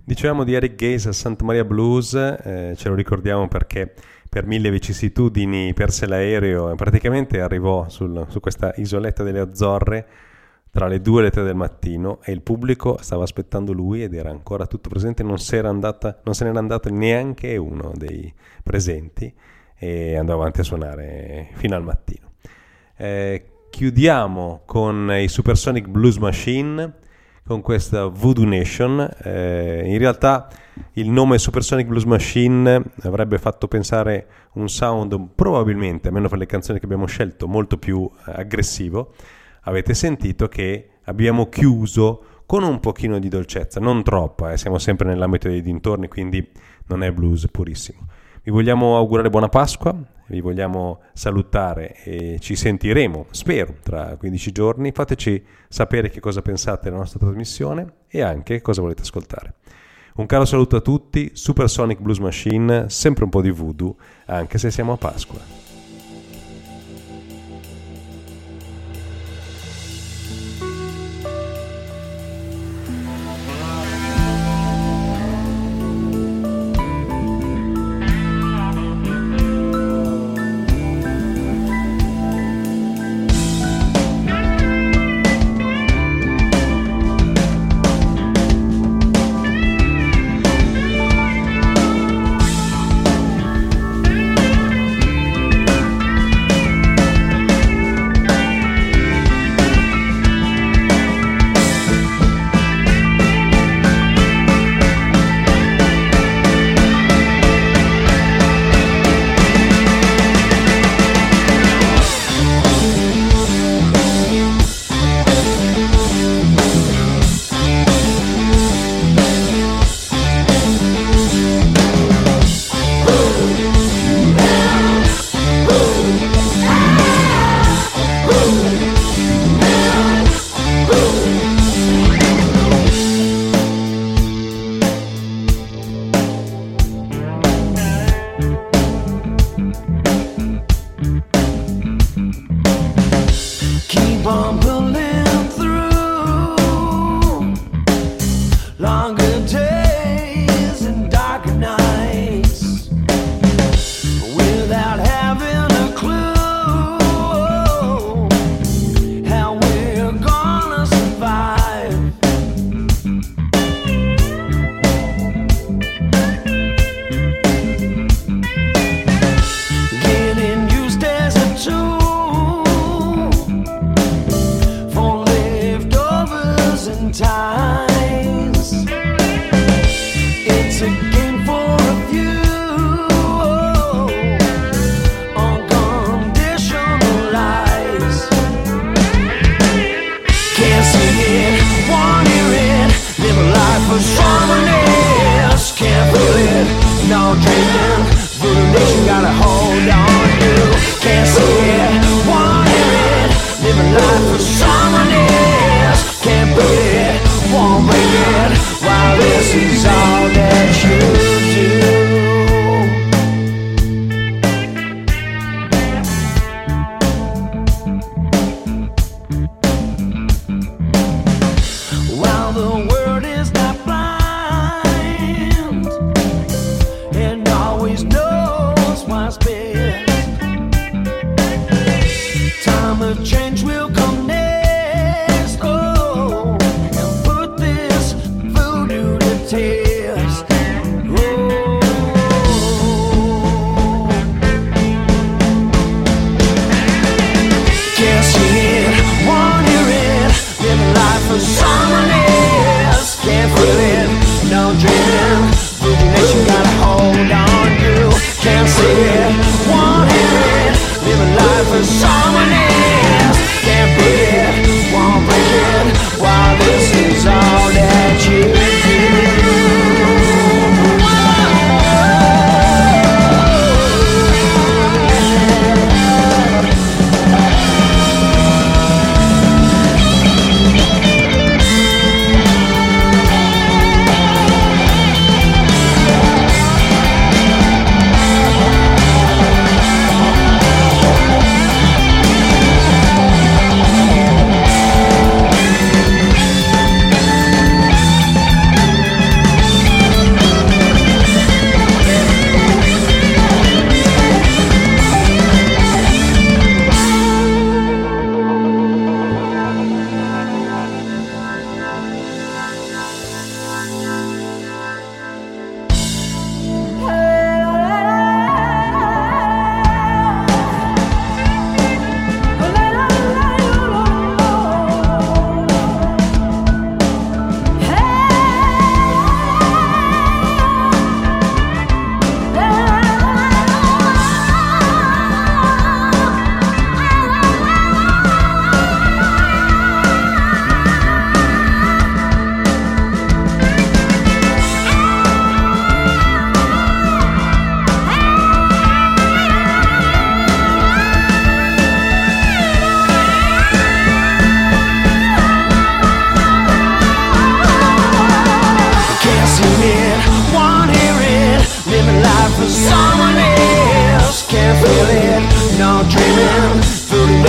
Dicevamo di Eric Gase a Santa Maria Blues, eh, ce lo ricordiamo perché per mille vicissitudini perse l'aereo e praticamente arrivò sul, su questa isoletta delle Azzorre tra le due e le tre del mattino e il pubblico stava aspettando lui ed era ancora tutto presente, non, si era andata, non se n'era andato neanche uno dei presenti e andò avanti a suonare fino al mattino. Eh, chiudiamo con i Supersonic Blues Machine, con questa Voodoo Nation. Eh, in realtà il nome Supersonic Blues Machine avrebbe fatto pensare un sound probabilmente, almeno per le canzoni che abbiamo scelto, molto più eh, aggressivo. Avete sentito che abbiamo chiuso con un pochino di dolcezza, non troppa, eh, siamo sempre nell'ambito dei dintorni, quindi non è blues purissimo. Vi vogliamo augurare buona Pasqua, vi vogliamo salutare e ci sentiremo, spero, tra quindici giorni. Fateci sapere che cosa pensate della nostra trasmissione e anche cosa volete ascoltare. Un caro saluto a tutti, Supersonic Blues Machine, sempre un po' di voodoo, anche se siamo a Pasqua.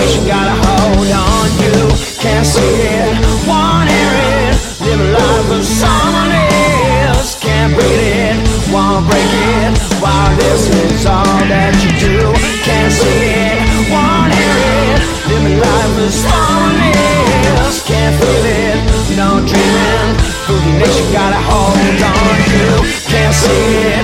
Nation got a hold on you. Can't see it, won't hear it. Living life for someone else. Can't breathe it, won't break it. While this is all that you do. Can't see it, won't hear it. Living life for someone else. Can't feel it, no dreaming. Boogie Nation got a hold on you. Can't see it.